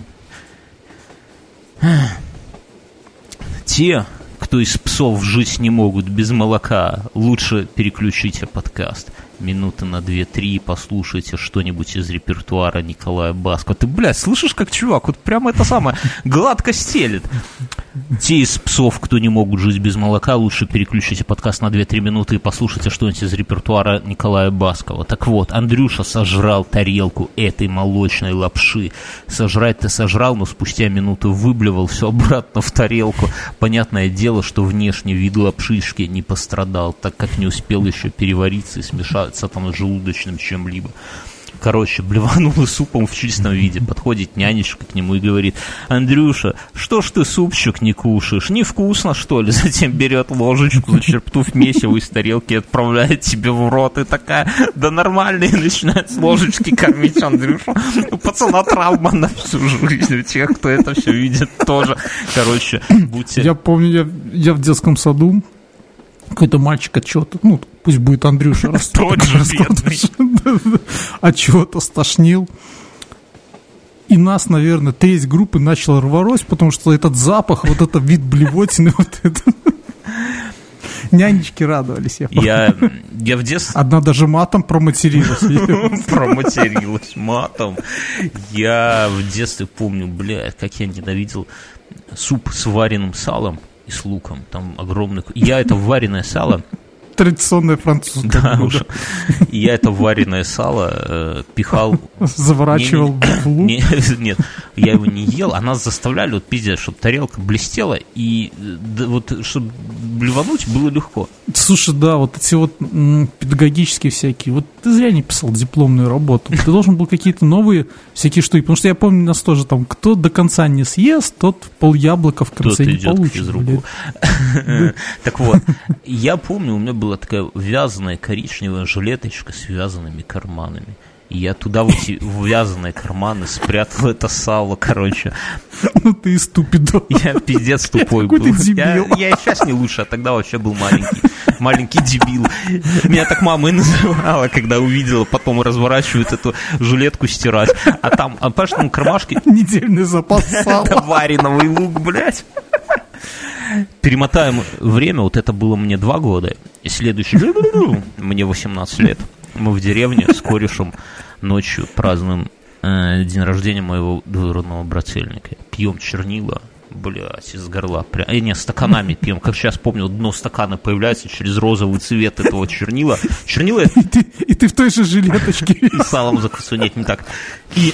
Те, кто из псов жить не могут без молока, лучше переключите подкаст. Минуты на 2-3 и послушайте что-нибудь из репертуара Николая Баскова. Ты, блядь, слышишь, как чувак вот прямо это самое гладко стелит. Те из псов, кто не могут жить без молока, лучше переключите подкаст на 2-3 минуты и послушайте что-нибудь из репертуара Николая Баскова. Так вот, Андрюша сожрал тарелку этой молочной лапши. Сожрать-то сожрал, но спустя минуту выблевал все обратно в тарелку. Понятное дело, что внешний вид лапшишки не пострадал, так как не успел еще перевариться и смешаться там с желудочным чем-либо. Короче, блеванула супом в чистом виде. Подходит нянечка к нему и говорит: Андрюша, что ж ты супчик не кушаешь? Невкусно, что ли? Затем берет ложечку, зачерпнув месиво из тарелки и отправляет тебе в рот. И такая: да нормально, и начинает с ложечки кормить Андрюшу. У пацана травма на всю жизнь. У тех, кто это все видит, тоже. Короче, будьте... Я помню, я в детском саду какой-то мальчик отчего-то, пусть будет Андрюша, тот же бедный. Отчего-то стошнил. И нас, наверное, треть группы начала рвать, потому что этот запах, вот этот вид блевотины, вот это... Нянечки радовались. Я в детстве... Одна даже матом проматерилась. Проматерилась матом. Я в детстве помню, как я ненавидел суп с вареным салом и с луком. Там огромный... Я это вареное сало... Традиционное французское. Да, уже. Я это вареное сало пихал... Заворачивал в лук? Нет, я его не ел, а нас заставляли, вот пиздец, чтобы тарелка блестела, и вот, чтобы блевануть было легко. Слушай, да, вот эти вот педагогические всякие, вот ты зря не писал дипломную работу, ты должен был какие-то новые всякие штуки, потому что я помню нас тоже там, кто до конца не съест, тот поляблока в конце не получит. Так вот, я помню, у меня была такая вязаная коричневая жилеточка с вязаными карманами. И я туда в эти вязаные карманы спрятал это сало, короче. Ну ты и ступидо. Я пиздец тупой был. Я и сейчас не лучше, а тогда вообще был маленький дебил. Меня так мама и называла, когда увидела, потом разворачивают эту жилетку стирать. А там, понимаешь, там кармашки... Недельный запас сала. Вареного и лук, блядь. Перемотаем время, вот это было мне 2 года, и следующий мне 18 лет. Мы в деревне с корешем ночью празднуем день рождения моего двоюродного брательника. Пьем чернила, блядь, из горла. Стаканами пьем. Как сейчас помню, дно стакана появляется через розовый цвет этого чернила. Чернила... И ты в той же жилеточке. И салом закусываю. Нет, не так. И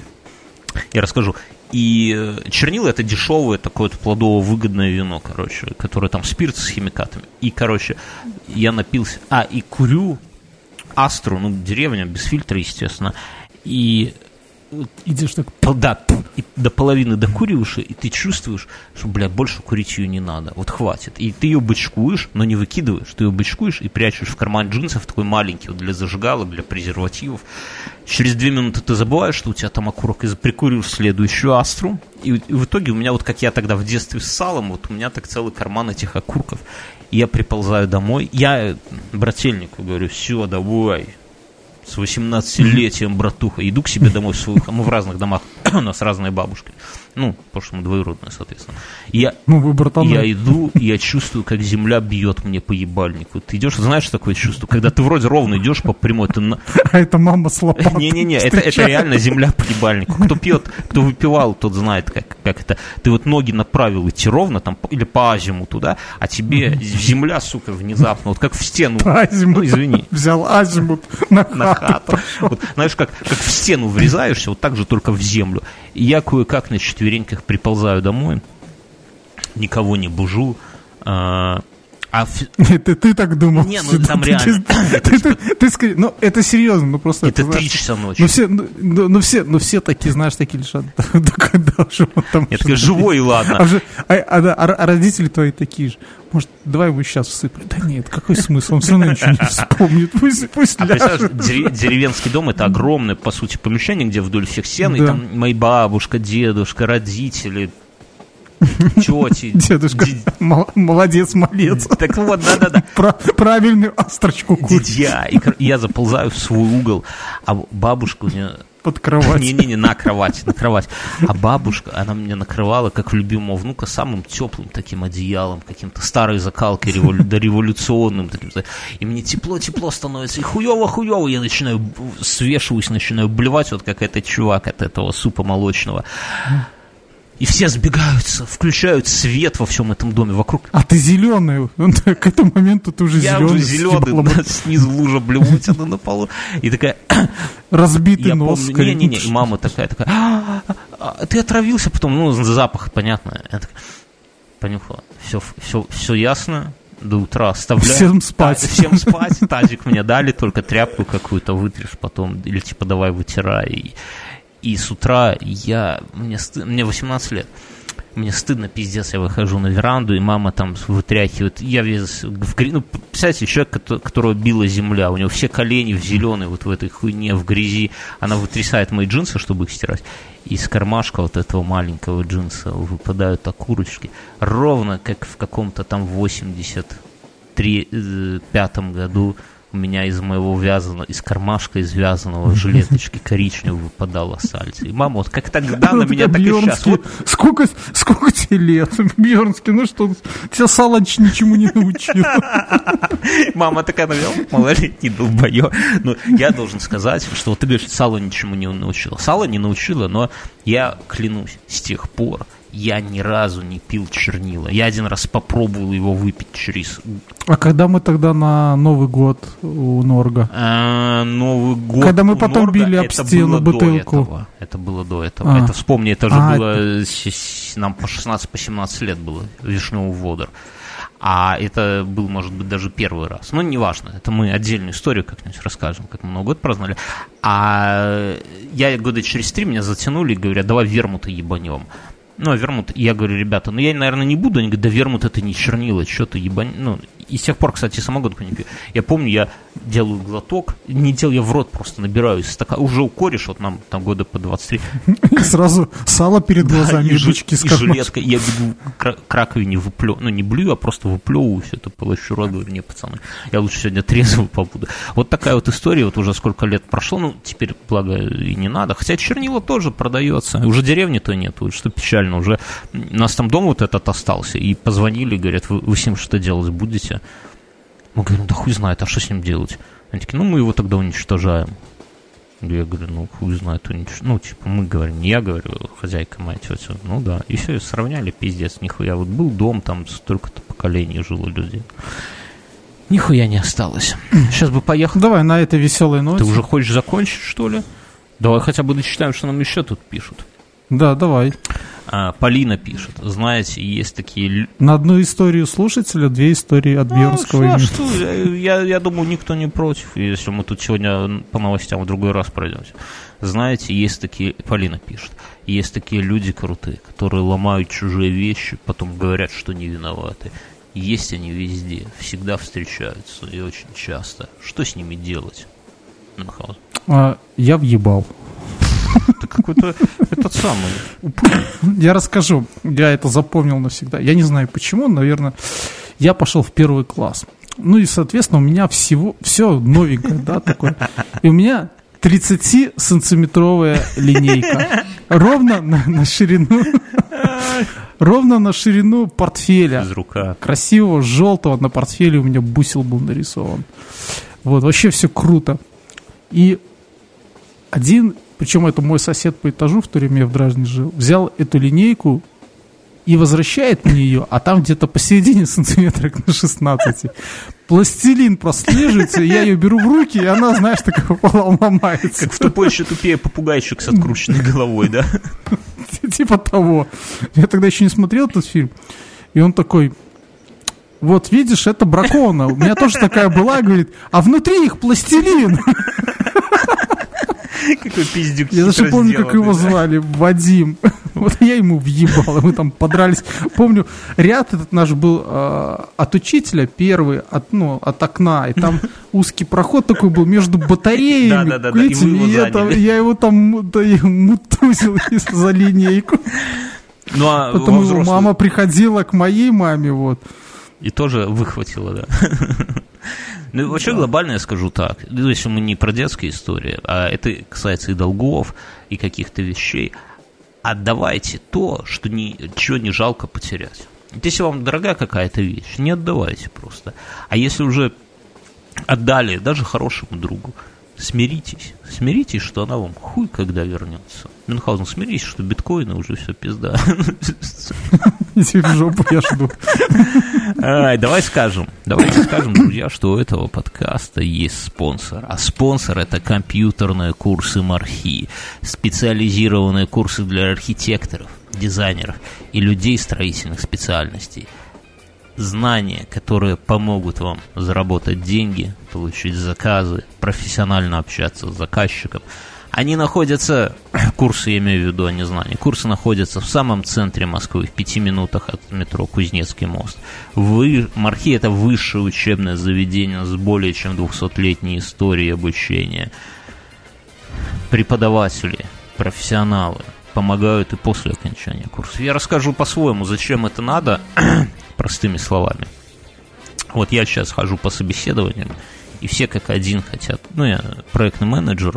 я расскажу. И чернила — это дешевое такое плодово-выгодное вино, короче, которое там спирт с химикатами. И, короче, я напился... и курю Астру, деревня, без фильтра, естественно. И... Идешь так... Да, и до половины докуриваешь, и ты чувствуешь, что, блядь, больше курить ее не надо. Вот хватит. И ты ее бычкуешь, но не выкидываешь. Ты ее бычкуешь и прячешь в карман джинсов, такой маленький, вот для зажигалок, для презервативов. Через 2 минуты ты забываешь, что у тебя там окурок, и прикуриваешь следующую Астру. И в итоге у меня, вот как я тогда в детстве с салом, вот у меня так целый карман этих окурков. И я приползаю домой. Я брательнику говорю: все, давай. С 18-летием, братуха. Иду к себе домой в свою... Мы в разных домах. У нас разные бабушки. Потому что мы двоюродные, соответственно. Вы братаны. Я иду, и я чувствую, как земля бьет мне по ебальнику. Ты идешь, знаешь такое чувство? Когда ты вроде ровно идешь по прямой. А это мама с лопатой. Не-не-не, это реально земля по ебальнику. Кто пьет, кто выпивал, тот знает, как это. Ты вот ноги направил идти ровно, там, или по азимуту, да, а тебе земля, сука, внезапно, вот как в стену. По азимуту. Извини. Взял азимут на хату. Вот, знаешь, как в стену врезаешься, вот так же только в землю. И я кое-как на четвереньках приползаю домой, никого не бужу, Ты так думал? Не, ну там реально. Ты скажи, ну это серьезно, ну просто... Это 3 часа ночи. Ну все такие, знаешь, такие лежат. Да когда же он там... Я такой, живой, ладно. А родители твои такие же. Может, давай его сейчас всыпать? Да нет, какой смысл? Он все равно ничего не вспомнит. Пусть ляжет. Деревенский дом — это огромное, по сути, помещение, где вдоль всех стен, и там моя бабушка, дедушка, родители, тети. Дедушка, молодец, малец. Так вот, да-да-да. Правильную астрочку курит. Дитя. И я заползаю в свой угол, а бабушка у нее... Под кровать. Не, на кровать. А бабушка, она меня накрывала, как любимого внука, самым теплым таким одеялом, каким-то старой закалкой дореволюционным. И мне тепло становится, и хуево, я свешиваюсь, начинаю блевать, вот как этот чувак от этого супа молочного. И все сбегаются, включают свет во всем этом доме вокруг. А ты зеленый. К этому моменту ты уже зеленый. Я уже зеленый, снизу лужа блевотина на полу. И такая... Разбитый нос. Не, и мама такая, ты отравился потом, запах, понятно. Я такая, понюхала, все ясно, до утра оставляю. Всем спать. Всем спать, тазик мне дали, только тряпку какую-то вытрешь потом, или типа давай вытирай. И с утра мне 18 лет, мне стыдно, пиздец, я выхожу на веранду, и мама там вытряхивает, я весь представляете, человек, которого била земля, у него все колени в зеленой, вот в этой хуйне, в грязи, она вытрясает мои джинсы, чтобы их стирать, и из кармашка вот этого маленького джинса выпадают окурочки, ровно как в каком-то там 85-м году. У меня из моего из кармашка из вязаного жилеточки коричневого выпадало сальце. И мама, вот как тогда на меня, так и сейчас. Вот. Сколько тебе лет, Бьернский? Ну что, тебя сало ничему не научил. Мама такая, наверное, малолетний долбоёб. Но я должен сказать, что вот ты говоришь, сало ничему не научила. Сало не научила, но я клянусь, с тех пор я ни разу не пил чернила. Я один раз попробовал его выпить через... А когда мы тогда на Новый год у Норга? Новый год когда мы потом Норга, били об стену бутылку. Это было до этого. Это, вспомни, это же было... Нам по 16-17 лет было. Вишневый водор. А это был, может быть, даже первый раз. Но неважно, это мы отдельную историю как-нибудь расскажем, как мы Новый год праздновали. А я года через 3 меня затянули и говорят, давай вермута ебанем. Ну, вермут, я говорю, ребята, я, наверное, не буду. Они говорят, да вермут это не чернила, что ты ебань. И с тех пор, кстати, самогонку не пью. Я помню, я делаю глоток, я в рот просто набираю из стакана. Уже у кореша, вот нам там года по 23. И сразу сало перед глазами, и бычки с жилеткой. Я бегу к раковине, не блюю, а просто выплевываю все это, полощу рот, говорю, не, пацаны, я лучше сегодня трезвый побуду. Вот такая вот история, вот уже сколько лет прошло, теперь, благо, и не надо. Хотя чернила тоже продается. Уже деревни-то нет, что печально. Уже у нас там дом вот этот остался, и позвонили, говорят, вы с ним что делать будете? Мы говорим, да хуй знает, а что с ним делать? Они такие, мы его тогда уничтожаем. Я говорю, хуй знает, мы говорим, не я говорю, хозяйка моя тетя, да. И все, сравняли, пиздец, нихуя. Вот был дом, там столько-то поколений жило людей. Нихуя не осталось. Сейчас бы поехал. Давай на этой веселой ноте. Ты уже хочешь закончить, что ли? Давай хотя бы дочитаем, что нам еще тут пишут. Да, давай. Полина пишет, знаете, есть такие... На одну историю слушателя 2 истории от Бьернского. Я думаю, никто не против, если мы тут сегодня по новостям в другой раз пройдемся. Знаете, есть такие... Полина пишет, есть такие люди крутые, которые ломают чужие вещи, потом говорят, что не виноваты. Есть они везде, всегда встречаются и очень часто. Что с ними делать? Я въебал. Ты какой-то этот самый. Я расскажу. Я это запомнил навсегда. Я не знаю почему, наверное, я пошел в 1 класс. И, соответственно, у меня все новенькое, да, такое. И у меня 30-сантиметровая линейка. Ровно на ширину портфеля. Из рука. Красивого, желтого на портфеле у меня бусел был нарисован. Вот, вообще все круто. И причем это мой сосед по этажу, в то время я в Дражне жил, взял эту линейку и возвращает мне ее, а там где-то посередине сантиметров на 16. Пластилин прослеживается, я ее беру в руки, и она, знаешь, такая ломается. Как в тупой еще тупее попугайчик с открученной головой, да? Типа того. Я тогда еще не смотрел этот фильм, и он такой... вот видишь, это бракона. У меня тоже такая была, говорит, а внутри их пластилин. Какой пиздюк. Я даже помню, как его звали, Вадим. Вот я ему въебал, мы там подрались. Помню, ряд этот наш был от учителя первый, от окна, и там узкий проход такой был между батареями. Да. Я его там мутузил за линейку. Ну, а потом его мама приходила к моей маме, вот. И тоже выхватила, да. Ну, вообще глобально я скажу так, если мы не про детские истории, а это касается и долгов, и каких-то вещей, отдавайте то, чего не жалко потерять. Если вам дорогая какая-то вещь, не отдавайте просто. А если уже отдали даже хорошему другу, смиритесь, что она вам хуй когда вернется. Мюнхгаузен, смирись, что биткоины уже все пизда. Иди в жопу, я жду. Давайте скажем, друзья, что у этого подкаста есть спонсор. А спонсор — это компьютерные курсы Мархи, специализированные курсы для архитекторов, дизайнеров и людей строительных специальностей. Знания, которые помогут вам заработать деньги, получить заказы, профессионально общаться с заказчиком. Они находятся, курсы я имею в виду, а не знания, курсы находятся в самом центре Москвы, в 5 минутах от метро Кузнецкий мост. Мархи — это высшее учебное заведение с более чем 200-летней историей обучения. Преподаватели, профессионалы помогают и после окончания курса. Я расскажу по-своему, зачем это надо, простыми словами. Вот я сейчас хожу по собеседованиям, и все как один хотят. Ну, я проектный менеджер,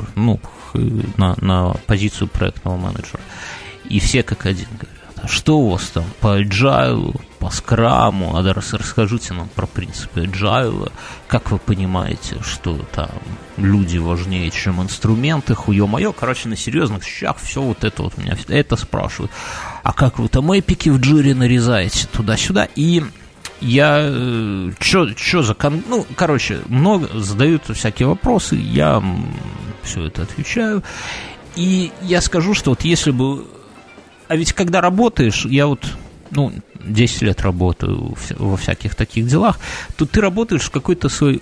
на позицию проектного менеджера. И все как один говорят, а что у вас там по agile, по скраму? Расскажите нам про принципы agile. Как вы понимаете, что там люди важнее, чем инструменты? Хуё-моё. Короче, на серьезных щах все вот это вот меня это спрашивают. А как вы там эпики в джире нарезаете туда-сюда? И я много задают всякие вопросы, я все это отвечаю. И я скажу, что вот если бы... А ведь когда работаешь, я 10 лет работаю во всяких таких делах, то ты работаешь в какой-то своей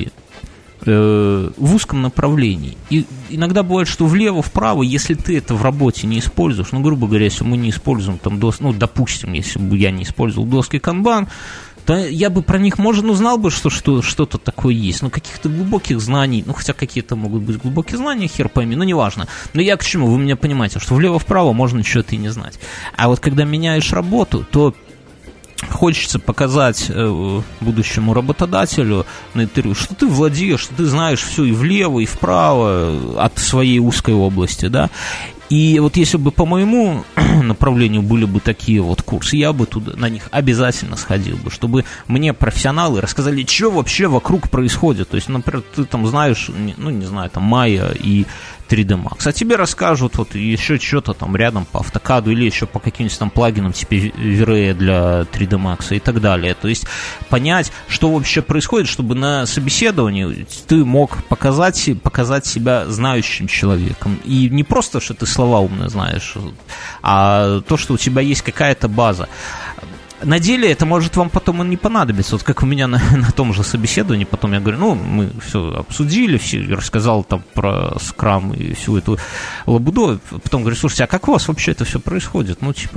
в узком направлении. И иногда бывает, что влево-вправо, если ты это в работе не используешь, грубо говоря, если мы не используем там допустим, если бы я не использовал доски Kanban, то я бы про них, знал бы, что что-то такое есть. Каких-то глубоких знаний, хотя какие-то могут быть глубокие знания, хер пойми, неважно. Но я к чему? Вы меня понимаете, что влево-вправо можно что-то и не знать. А вот когда меняешь работу, то хочется показать будущему работодателю на интервью, что ты владеешь, что ты знаешь все и влево, и вправо от своей узкой области, да. И вот если бы по моему направлению были бы такие вот курсы, я бы туда на них обязательно сходил бы, чтобы мне профессионалы рассказали, что вообще вокруг происходит. То есть, например, ты там знаешь, не знаю, там Maya и 3D Max, а тебе расскажут вот еще что-то там рядом по автокаду или еще по каким-нибудь там плагинам типа V-Ray для 3D Max и так далее. То есть понять, что вообще происходит, чтобы на собеседовании ты мог показать себя знающим человеком. И не просто, что ты слова умные знаешь, а то, что у тебя есть какая-то база. На деле это может вам потом и не понадобиться. Вот как у меня на том же собеседовании, потом я говорю, мы все обсудили, рассказал там про скрам и всю эту лабуду. Потом говорю, слушайте, а как у вас вообще это все происходит?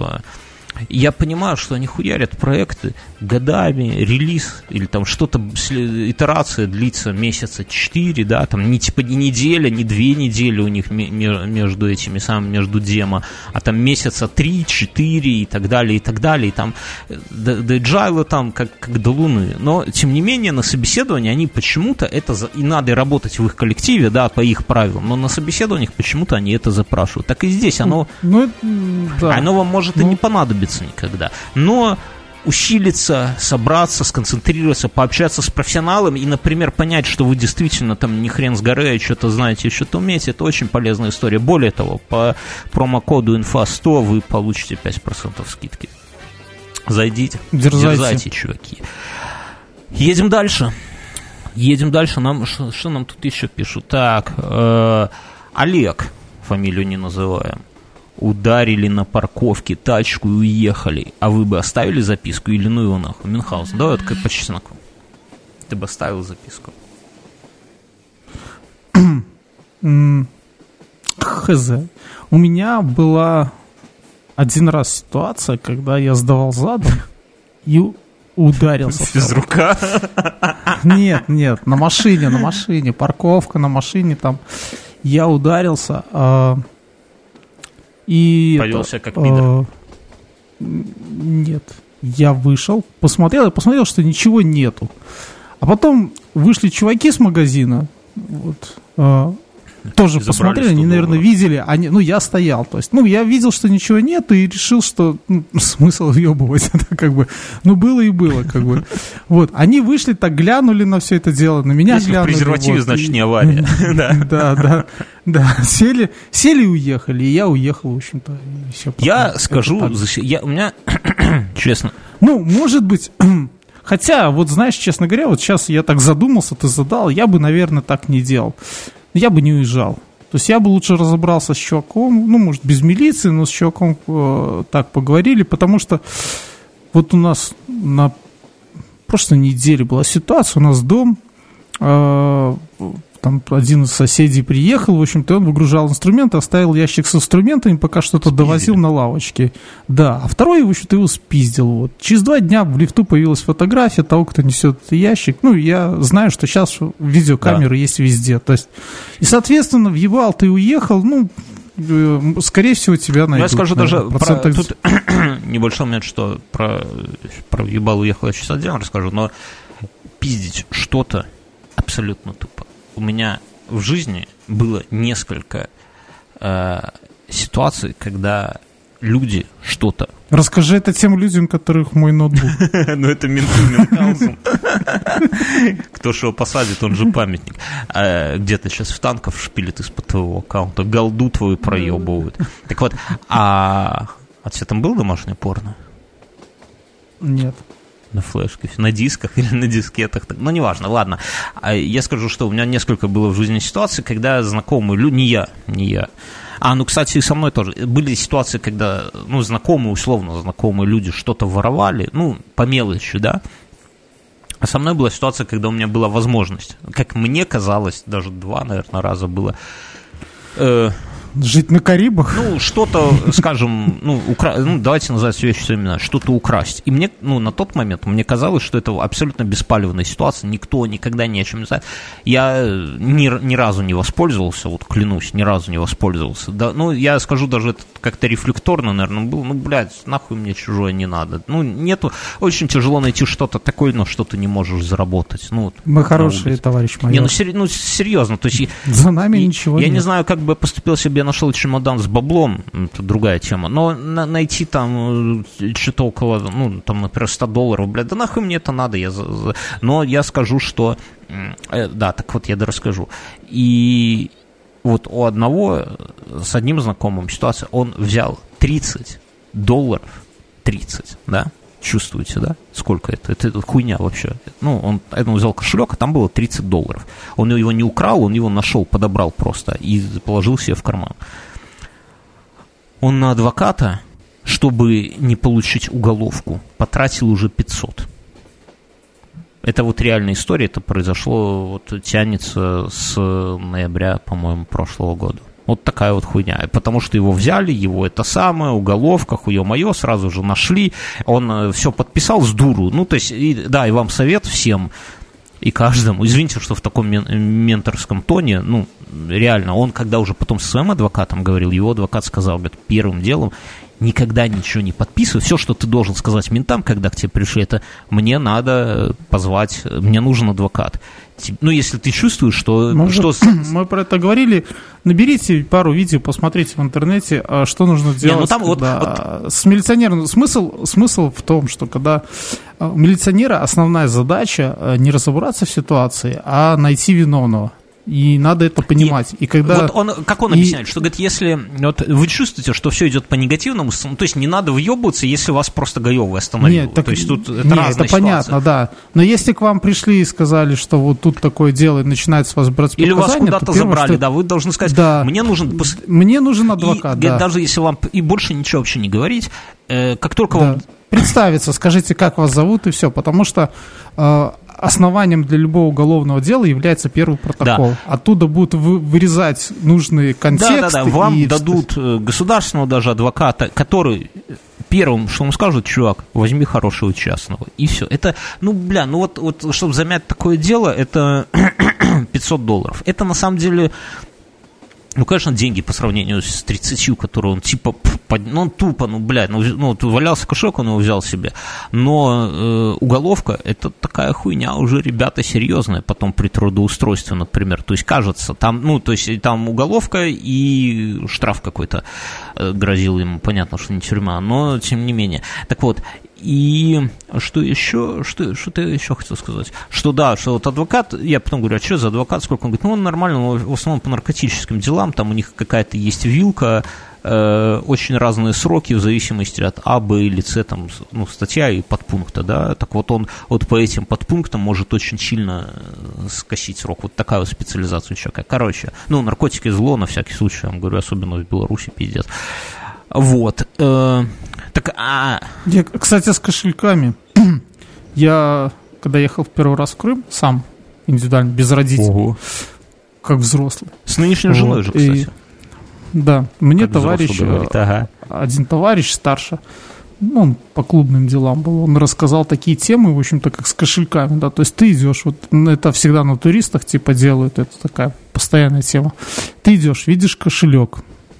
Я понимаю, что они хуярят проекты годами, релиз или там что-то, итерация длится месяца 4, да, там не неделя, не 2 недели у них между этими самыми, между демо, а там месяца 3-4 и так далее, и там до agile там как до луны. Но, тем не менее, на собеседовании они почему-то это, и надо работать в их коллективе, да, по их правилам, но на собеседованиях почему-то они это запрашивают. Так и здесь оно вам может и не понадобиться никогда. Но усилиться, собраться, сконцентрироваться, пообщаться с профессионалами и, например, понять, что вы действительно там не хрен с горы, а что-то знаете, что-то умеете, это очень полезная история. Более того, по промокоду инфа100 вы получите 5% скидки. Зайдите, дерзайте, чуваки. Едем дальше. Что нам тут еще пишут? Так, Олег, фамилию не называем. ударили на парковке тачку и уехали, а вы бы оставили записку или ну его нахуй? Мюнхгаузен, давай вот как по чесноку. Ты бы оставил записку? Хз. У меня была один раз ситуация, когда я сдавал задом и ударился. Без рука? Нет, на машине, парковка на машине там. Я ударился и... Повел себя как пидор? Нет. Я вышел, посмотрел, что ничего нету. А потом вышли чуваки с магазина, вот, тоже посмотрели, они, наверное, видели, я стоял, то есть, я видел, что ничего нет, и решил, что смысл въебывать, это как бы, было и было, как бы. Вот, они вышли, так глянули на все это дело, на меня если глянули. В презервативе, вот, значит, не авария. Да, сели и уехали, и я уехал, в общем-то. Я скажу, у меня, честно. Может быть... Хотя, вот знаешь, честно говоря, вот сейчас я так задумался, ты задал, я бы, наверное, так не делал. Я бы не уезжал. То есть я бы лучше разобрался с чуваком, может, без милиции, но с чуваком так поговорили, потому что вот у нас на прошлой неделе была ситуация, у нас дом, там один из соседей приехал, в общем-то, он выгружал инструменты, оставил ящик с инструментами, пока что-то довозил на лавочке. Да, а второй, в общем-то, его спиздил. Вот. Через 2 дня в лифту появилась фотография того, кто несет этот ящик. Я знаю, что сейчас видеокамеры есть везде. То есть, и, соответственно, въебал ты уехал, скорее всего, тебя найдут. Я скажу даже тут небольшой момент, что про въебал уехал я сейчас отдельно расскажу, но пиздить что-то абсолютно тупо. У меня в жизни было несколько ситуаций, когда люди что-то... Расскажи это тем людям, которых мой ноутбук. Это Мюнхгаузен. Кто что посадит, он же памятник. Где-то сейчас в танках шпилит из-под твоего аккаунта, голду твою проебывают. Так вот, а тебя там было домашнее порно? Нет. На флешке, на дисках или на дискетах. Неважно, ладно. Я скажу, что у меня несколько было в жизни ситуаций, когда знакомые люди, не я. Кстати, и со мной тоже. Были ситуации, когда, условно знакомые люди что-то воровали, по мелочи, да. А со мной была ситуация, когда у меня была возможность, как мне казалось, даже 2, наверное, раза было... Жить на Карибах? Что-то, скажем, давайте называть вещи своими именами, что-то украсть. И мне, на тот момент мне казалось, что это абсолютно беспалевная ситуация, никто никогда ни о чем не знает. Я ни разу не воспользовался, вот клянусь, ни разу не воспользовался. Да, я скажу, даже это как-то рефлекторно, наверное, было, нахуй мне чужое не надо. Нету, очень тяжело найти что-то такое, что ты не можешь заработать. Мы хорошие, товарищ майор. Серьезно, то есть... За нами ничего нет. Я не знаю, как бы я поступил себе, нашел чемодан с баблом, это другая тема, но найти там что-то около, например, $100, да нахуй мне это надо, но я скажу, что, так вот я расскажу, и вот у одного, с одним знакомым ситуация, он взял $30, 30, да, чувствуете, да, сколько это? Это хуйня вообще. Он взял кошелек, а там было $30. Он его не украл, он его нашел, подобрал просто и положил себе в карман. Он на адвоката, чтобы не получить уголовку, потратил уже 500. Это вот реальная история, это произошло, тянется с ноября, по-моему, прошлого года. Вот такая вот хуйня. Потому что его взяли, его уголовка, хуё-моё, сразу же нашли. Он все подписал с дуру. И вам совет всем и каждому. Извините, что в таком менторском тоне, реально, он когда уже потом со своим адвокатом говорил, его адвокат сказал, первым делом, никогда ничего не подписывай. Все, что ты должен сказать ментам, когда к тебе пришли, это мне надо позвать, мне нужен адвокат. Если ты чувствуешь, что... Мы про это говорили. Наберите пару видео, посмотрите в интернете, что нужно делать с милиционером. Смысл в том, что когда у милиционера основная задача не разобраться в ситуации, а найти виновного. И надо это понимать. И когда... Вот как он объясняет, что, говорит, если вот вы чувствуете, что все идет по негативному, то есть не надо въебываться, если вас просто гаевый остановил. Нет, так, то есть тут это разная это понятно, да. Но если к вам пришли и сказали, что вот тут такое дело, и начинает с вас брать показания... Или вас куда-то забрали, да, вы должны сказать, да, мне нужен адвокат, и, да. Даже если вам и больше ничего вообще не говорить, как только вам... Представиться, скажите, как вас зовут, и все, потому что... основанием для любого уголовного дела является первый протокол. Да. Оттуда будут вырезать нужные контексты. Да. Вам дадут государственного даже адвоката, который первым, что ему скажут, чувак, возьми хорошего частного. И все. Это, вот чтобы замять такое дело, это $500. Это на самом деле... конечно, деньги по сравнению с 30, которые он типа, он тупо, валялся кошелек, он его взял себе. Но уголовка, это такая хуйня уже, ребята, серьезная, потом при трудоустройстве, например. То есть, кажется, там уголовка и штраф какой-то грозил ему, понятно, что не тюрьма, но тем не менее. Так вот, и что еще хотел сказать? Что вот адвокат, я потом говорю, а что за адвокат, сколько? Он говорит, он нормально, в основном по наркотическим делам, там у них какая-то есть вилка, очень разные сроки в зависимости от А, Б или С, там, статья и подпункта, да, так вот он вот по этим подпунктам может очень сильно скосить срок, вот такая вот специализация у человека. Короче, наркотики зло, на всякий случай, я вам говорю, особенно в Беларуси, пиздец. Вот. Кстати, с кошельками. Я, когда ехал в первый раз в Крым, сам, индивидуально, без родителей, как взрослый. С нынешней женой же, кстати. Да, мне товарищ, один товарищ старше, он по клубным делам был, он рассказал такие темы, в общем-то, как с кошельками, да, то есть ты идешь, вот это всегда на туристах типа делают, это такая постоянная тема. Ты идешь, видишь кошелек,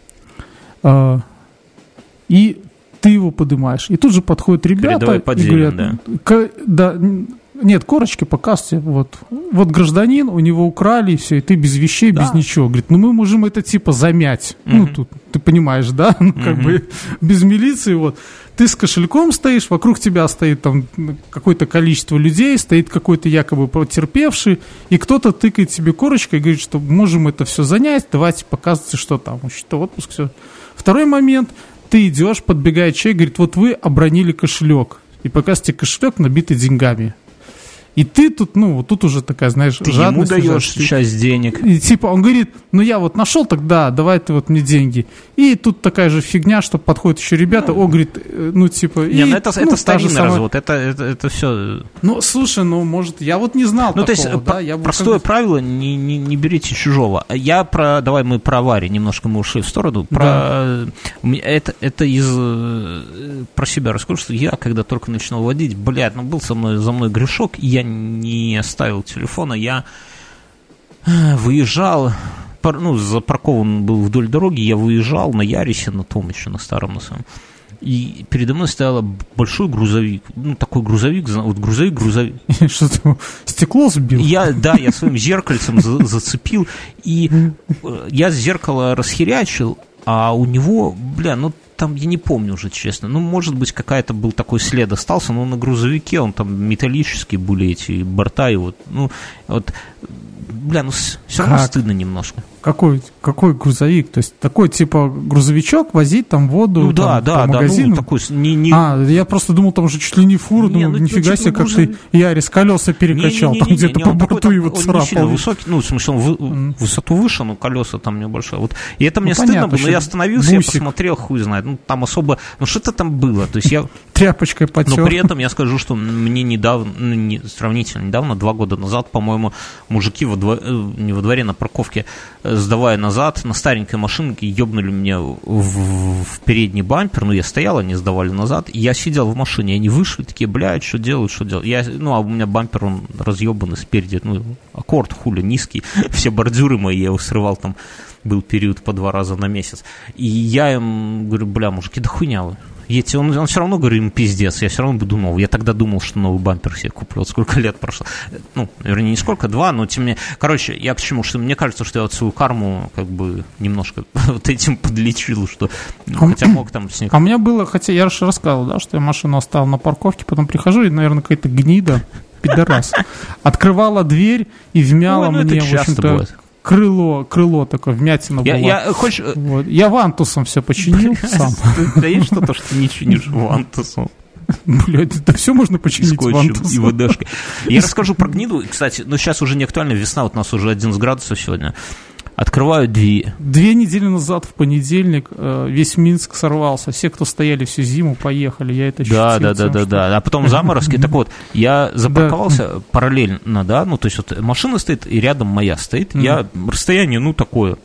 и ты его поднимаешь. И тут же подходят ребята и говорят, нет, корочки показывайте, вот гражданин, у него украли, и все, и ты без вещей, без ничего. Говорит, мы можем это типа замять. Тут, ты понимаешь, да? Как бы без милиции, вот. Ты с кошельком стоишь, вокруг тебя стоит там какое-то количество людей, стоит какой-то якобы потерпевший, и кто-то тыкает тебе корочкой и говорит, что можем это все занять, давайте показывайте, что там. Что отпуск, все. Второй момент, ты идешь, подбегает человек, говорит, вот вы обронили кошелек, и показывайте кошелек, набитый деньгами. И ты тут, тут уже такая, знаешь, ты жадность. Ты ему даешь часть денег. И типа он говорит, я вот нашел, тогда давай ты вот мне деньги. И тут такая же фигня, что подходят еще ребята, говорит, это старинный развод, это все... Слушай, может, я вот не знал такого, то есть, да? простое правило, не берите чужого. Давай мы про аварии, немножко мы ушли в сторону. Это про себя расскажу, что я, когда только начинал водить, был за мной грешок, и я не оставил телефона, я выезжал, запаркован был вдоль дороги, я выезжал на Ярисе, на том еще, на старом, на самом. И передо мной стоял большой грузовик, такой грузовик, вот грузовик. Что ты, стекло сбил? Я своим зеркальцем зацепил, и я зеркало расхерячил, а у него, там, я не помню уже, честно, может быть, был такой след остался, но на грузовике он там металлические были эти борта, и все равно стыдно немножко. Какой грузовик? То есть такой типа грузовичок возить там воду по магазину? Такой, я просто думал, там уже чуть ли не фура, думал, нифига себе, как ты Ярис колеса перекачал, там где-то по борту его царапал. Высокий, в смысле, он высоту выше, но колеса там небольшое. Вот. И это мне стыдно было, но я остановился, я посмотрел, хуй знает, там особо, что-то там было, то есть я... Тряпочкой потер. Но при этом я скажу, что мне сравнительно недавно, 2 года назад, по-моему, мужики не во дворе, на парковке, сдавая назад, на старенькой машинке ебнули меня в передний бампер, я стоял, они сдавали назад, и я сидел в машине, они вышли, такие, блядь, что делают. А у меня бампер, он разъебанный спереди, аккорд, хули, низкий, все бордюры мои, я его срывал, там был период по 2 раза на месяц, и я им говорю, мужики, да хуйня вы. Он все равно, говорю, им пиздец, я все равно буду новый. Я тогда думал, что новый бампер себе куплю. Вот сколько лет прошло. Вернее, не сколько, 2, но тем не менее. Короче, я к чему? Что мне кажется, что я свою карму немножко вот этим подлечил, что хотя мог там с них... А у меня было, хотя я же рассказывал, да, что я машину оставил на парковке, потом прихожу, и, наверное, какая-то гнида, пидорас, открывала дверь и вмяла мне, в общем-то... крыло такое, вмятина была. Вот. Я вантусом все починил сам. Да есть что-то, что не чинишь вантусом? Блядь, это все можно починить вантусом. И ВДшкой. Я расскажу про гниду. Кстати, сейчас уже не актуально, весна, вот у нас уже 11 градусов сегодня. Открываю 2 недели назад, в понедельник, весь Минск сорвался. Все, кто стояли всю зиму, поехали. Я это ощутил. Да. А потом заморозки. Так вот, я запарковался параллельно, да, ну, то есть вот машина стоит, и рядом моя стоит. Я расстояние, такое,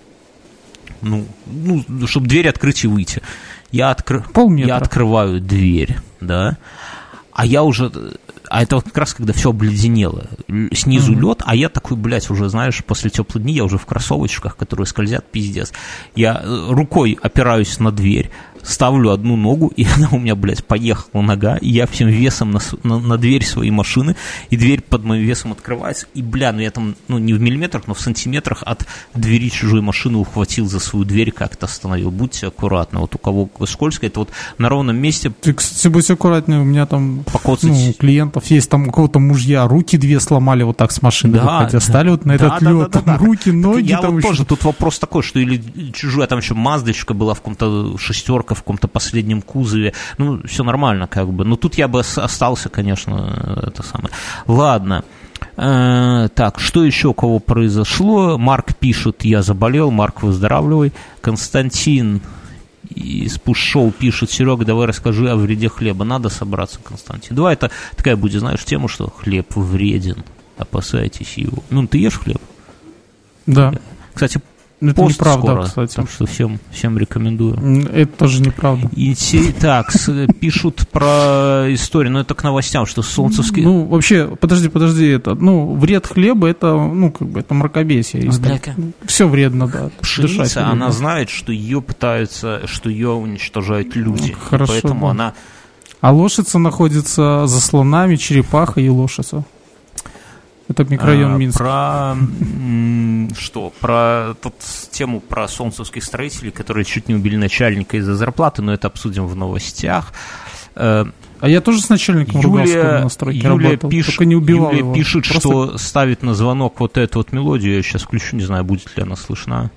чтобы дверь открыть и выйти. Я открываю дверь, да, а это вот как раз когда все обледенело, снизу лед, а я такой, блядь, уже, знаешь, после теплых дней я уже в кроссовочках, которые скользят, пиздец. Я рукой опираюсь на дверь, ставлю одну ногу, и она у меня, блядь, поехала нога, и я всем весом на дверь своей машины, и дверь под моим весом открывается, и, я там, не в миллиметрах, но в сантиметрах от двери чужой машины ухватил за свою дверь, как-то остановил. Будьте аккуратны, вот у кого скользко, это вот на ровном месте... Ты, кстати, будь аккуратнее, у меня там у клиентов есть, там у кого-то мужья руки 2 сломали вот так с машины, выходя, стали вот на этот лед, руки, ноги. Я вот тоже, тут вопрос такой, что или чужая, там еще маздочка была в каком-то шестерка, в каком-то последнем кузове, все нормально как бы, но тут я бы остался, конечно, это самое. Ладно, так, что еще у кого произошло? Марк пишет, я заболел, Марк, выздоравливай. Константин из Пуш-шоу пишет, Серега, давай расскажи о вреде хлеба. Надо собраться, Константин. Давай, это такая будет, знаешь, тема, что хлеб вреден, опасайтесь его. Ты ешь хлеб? Да. Кстати, это пост неправда, скоро, кстати. Так что всем рекомендую. Это тоже неправда. Так, пишут про историю, это к новостям, что солнцевский... вообще, подожди, это, вред хлеба, это, это мракобесие. Все вредно, да. Пшеница, она знает, что ее уничтожают люди. Хорошо, поэтому да. она... А лошадца находится за слонами, черепаха и лошадца. Это микрорайон Минска. Про тему про солнцевских строителей, которые чуть не убили начальника из-за зарплаты, но это обсудим в новостях. А я тоже с начальником ругался, на стройке работал, только не убивал его. Юлия пишет, что ставит на звонок вот эту вот мелодию. Я сейчас включу, не знаю, будет ли она слышна.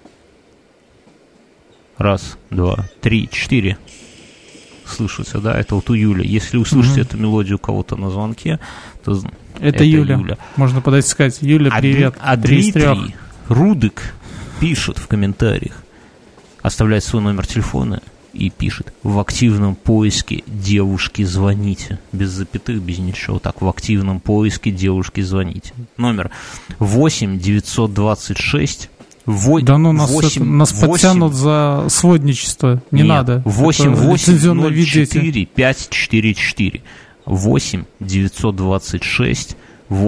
1, 2, 3, 4. Слышится, да? Это вот у Юли. Если услышите эту мелодию у кого-то на звонке, то... Это Юля. Можно подойти и сказать: Юля, привет. А Дмитрий Рудык пишет в комментариях, оставляет свой номер телефона и пишет: в активном поиске девушки звоните. Без запятых, без ничего. Так, в активном поиске девушки звоните. Номер 8 926 Да нас подтянут за сводничество. Не надо. 8804 544. 8 926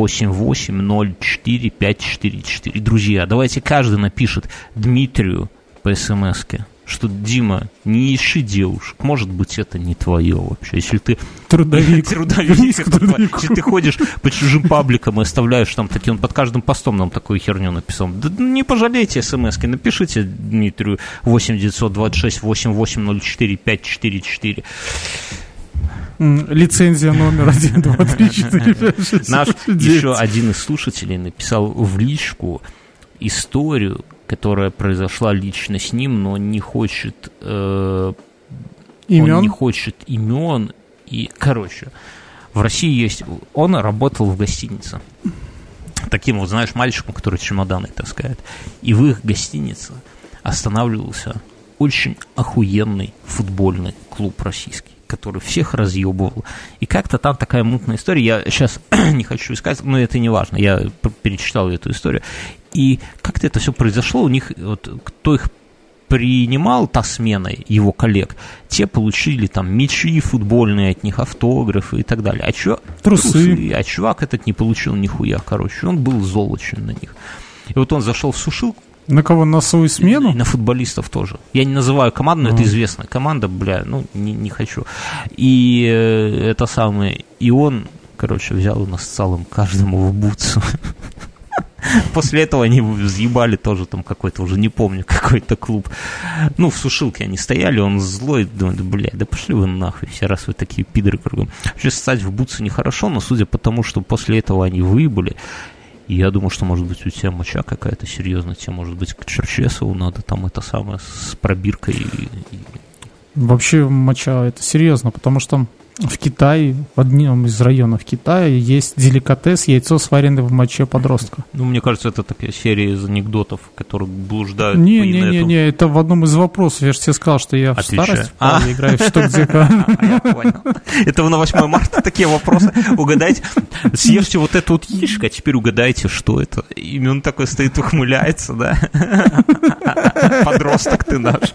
8804 544. Друзья, давайте каждый напишет Дмитрию по смс-ке, что: Дима, не ищи девушек, может быть, это не твое вообще. Если ты трудовик, если ты ходишь по чужим пабликам и оставляешь там такие, он под каждым постом нам такую херню написал. Да не пожалейте смс-ки, напишите Дмитрию 8 926 8804 544. Лицензия номер 1, 2, 3, 4, 5, 6, Наш 9. еще один из слушателей написал в личку историю, которая произошла лично с ним, но он не хочет имен. Он не хочет имен. И, в России есть... Он работал в гостинице. Таким вот, знаешь, мальчиком, который чемоданы таскает. И в их гостинице останавливался очень охуенный футбольный клуб российский, который всех разъебывал. И как-то там такая мутная история. Я сейчас не хочу искать, но это не важно. Я перечитал эту историю. И как-то это все произошло. У них, кто их принимал, та смена его коллег, те получили там мячи футбольные от них, автографы и так далее. Трусы. А чувак этот не получил нихуя, Он был золочен на них. И вот он зашел в сушилку. На кого? На свою смену? И на футболистов тоже. Я не называю команду, но это известная команда, не хочу. И это самое... И он, взял и нассал им каждому в бутсу. После этого они взъебали тоже там какой-то, уже не помню, какой-то клуб. В сушилке они стояли, он злой, думает: да пошли вы нахуй, все раз вы такие пидоры кругом. Вообще, ссать в бутсы нехорошо, но судя по тому, что после этого они выебали, Я думаю, что, может быть, у тебя моча какая-то серьезная, тебе, может быть, к Черчесову надо там это самое с пробиркой. Вообще моча это серьезно, потому что в Китае, в одном из районов Китая, есть деликатес яйцо, сваренное в моче подростка. Ну, мне кажется, это такая серия из анекдотов, которые блуждают Не, это в одном из вопросов. Я же тебе сказал, что я в старости играю в что где как. Я понял. Это вы на 8 марта такие вопросы. Угадайте, съешьте вот эту вот яичко, а теперь угадайте, что это. И он такой стоит, ухмыляется, да? Подросток ты наш.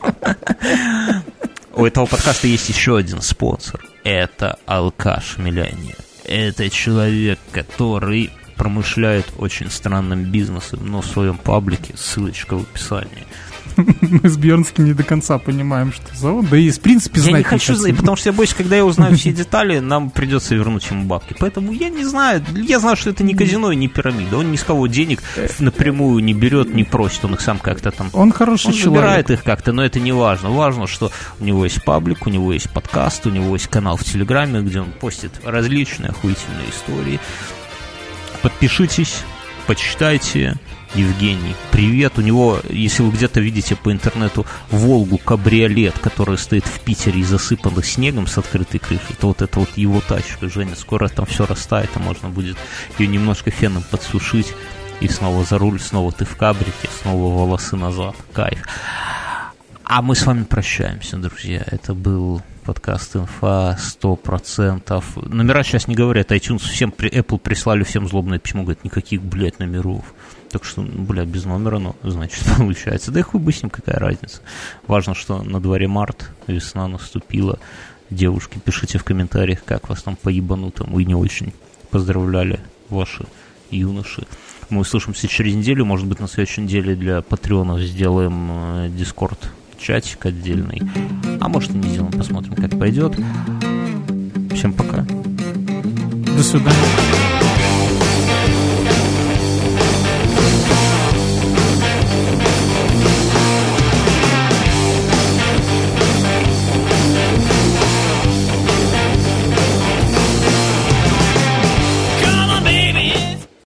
У этого подкаста есть еще один спонсор. Это Алкаш-миллионер. Это человек, который промышляет очень странным бизнесом, но в своем паблике, ссылочка в описании. Мы с Бьернским не до конца понимаем, что зовут. Да и, в принципе, знать я не хочу знать, потому что я боюсь, когда я узнаю все детали, нам придется вернуть ему бабки. Поэтому я не знаю. Я знаю, что это не казино и не пирамида. Он ни с кого денег напрямую не берет, не просит. Он их сам как-то там... Он хороший человек. Он забирает их как-то, но это не важно. Важно, что у него есть паблик, у него есть подкаст, у него есть канал в Телеграме, где он постит различные охуительные истории. Подпишитесь, почитайте. Евгений, привет. У него, если вы где-то видите по интернету Волгу кабриолет, который стоит в Питере и засыпан снегом с открытой крышей, то вот это вот его тачка. Женя, скоро там все растает, а можно будет ее немножко феном подсушить и снова за руль, снова ты в кабрике, снова волосы назад. Кайф. А мы с вами прощаемся, друзья. Это был подкаст «Инфа» 100%. Номера сейчас не говорят. iTunes всем, Apple прислали всем злобное письмо. Говорят, никаких, блядь, номеров. Так что, блядь, без номера, ну, значит, получается. Да и хуй бы с ним, какая разница. Важно, что на дворе март, весна наступила. Девушки, пишите в комментариях, как вас там по ебанутому и не очень поздравляли ваши юноши. Мы услышимся через неделю. Может быть, на следующей неделе для патреонов сделаем Дискорд-чатик отдельный. А может, и не сделаем, посмотрим, как пойдет. Всем пока. До свидания.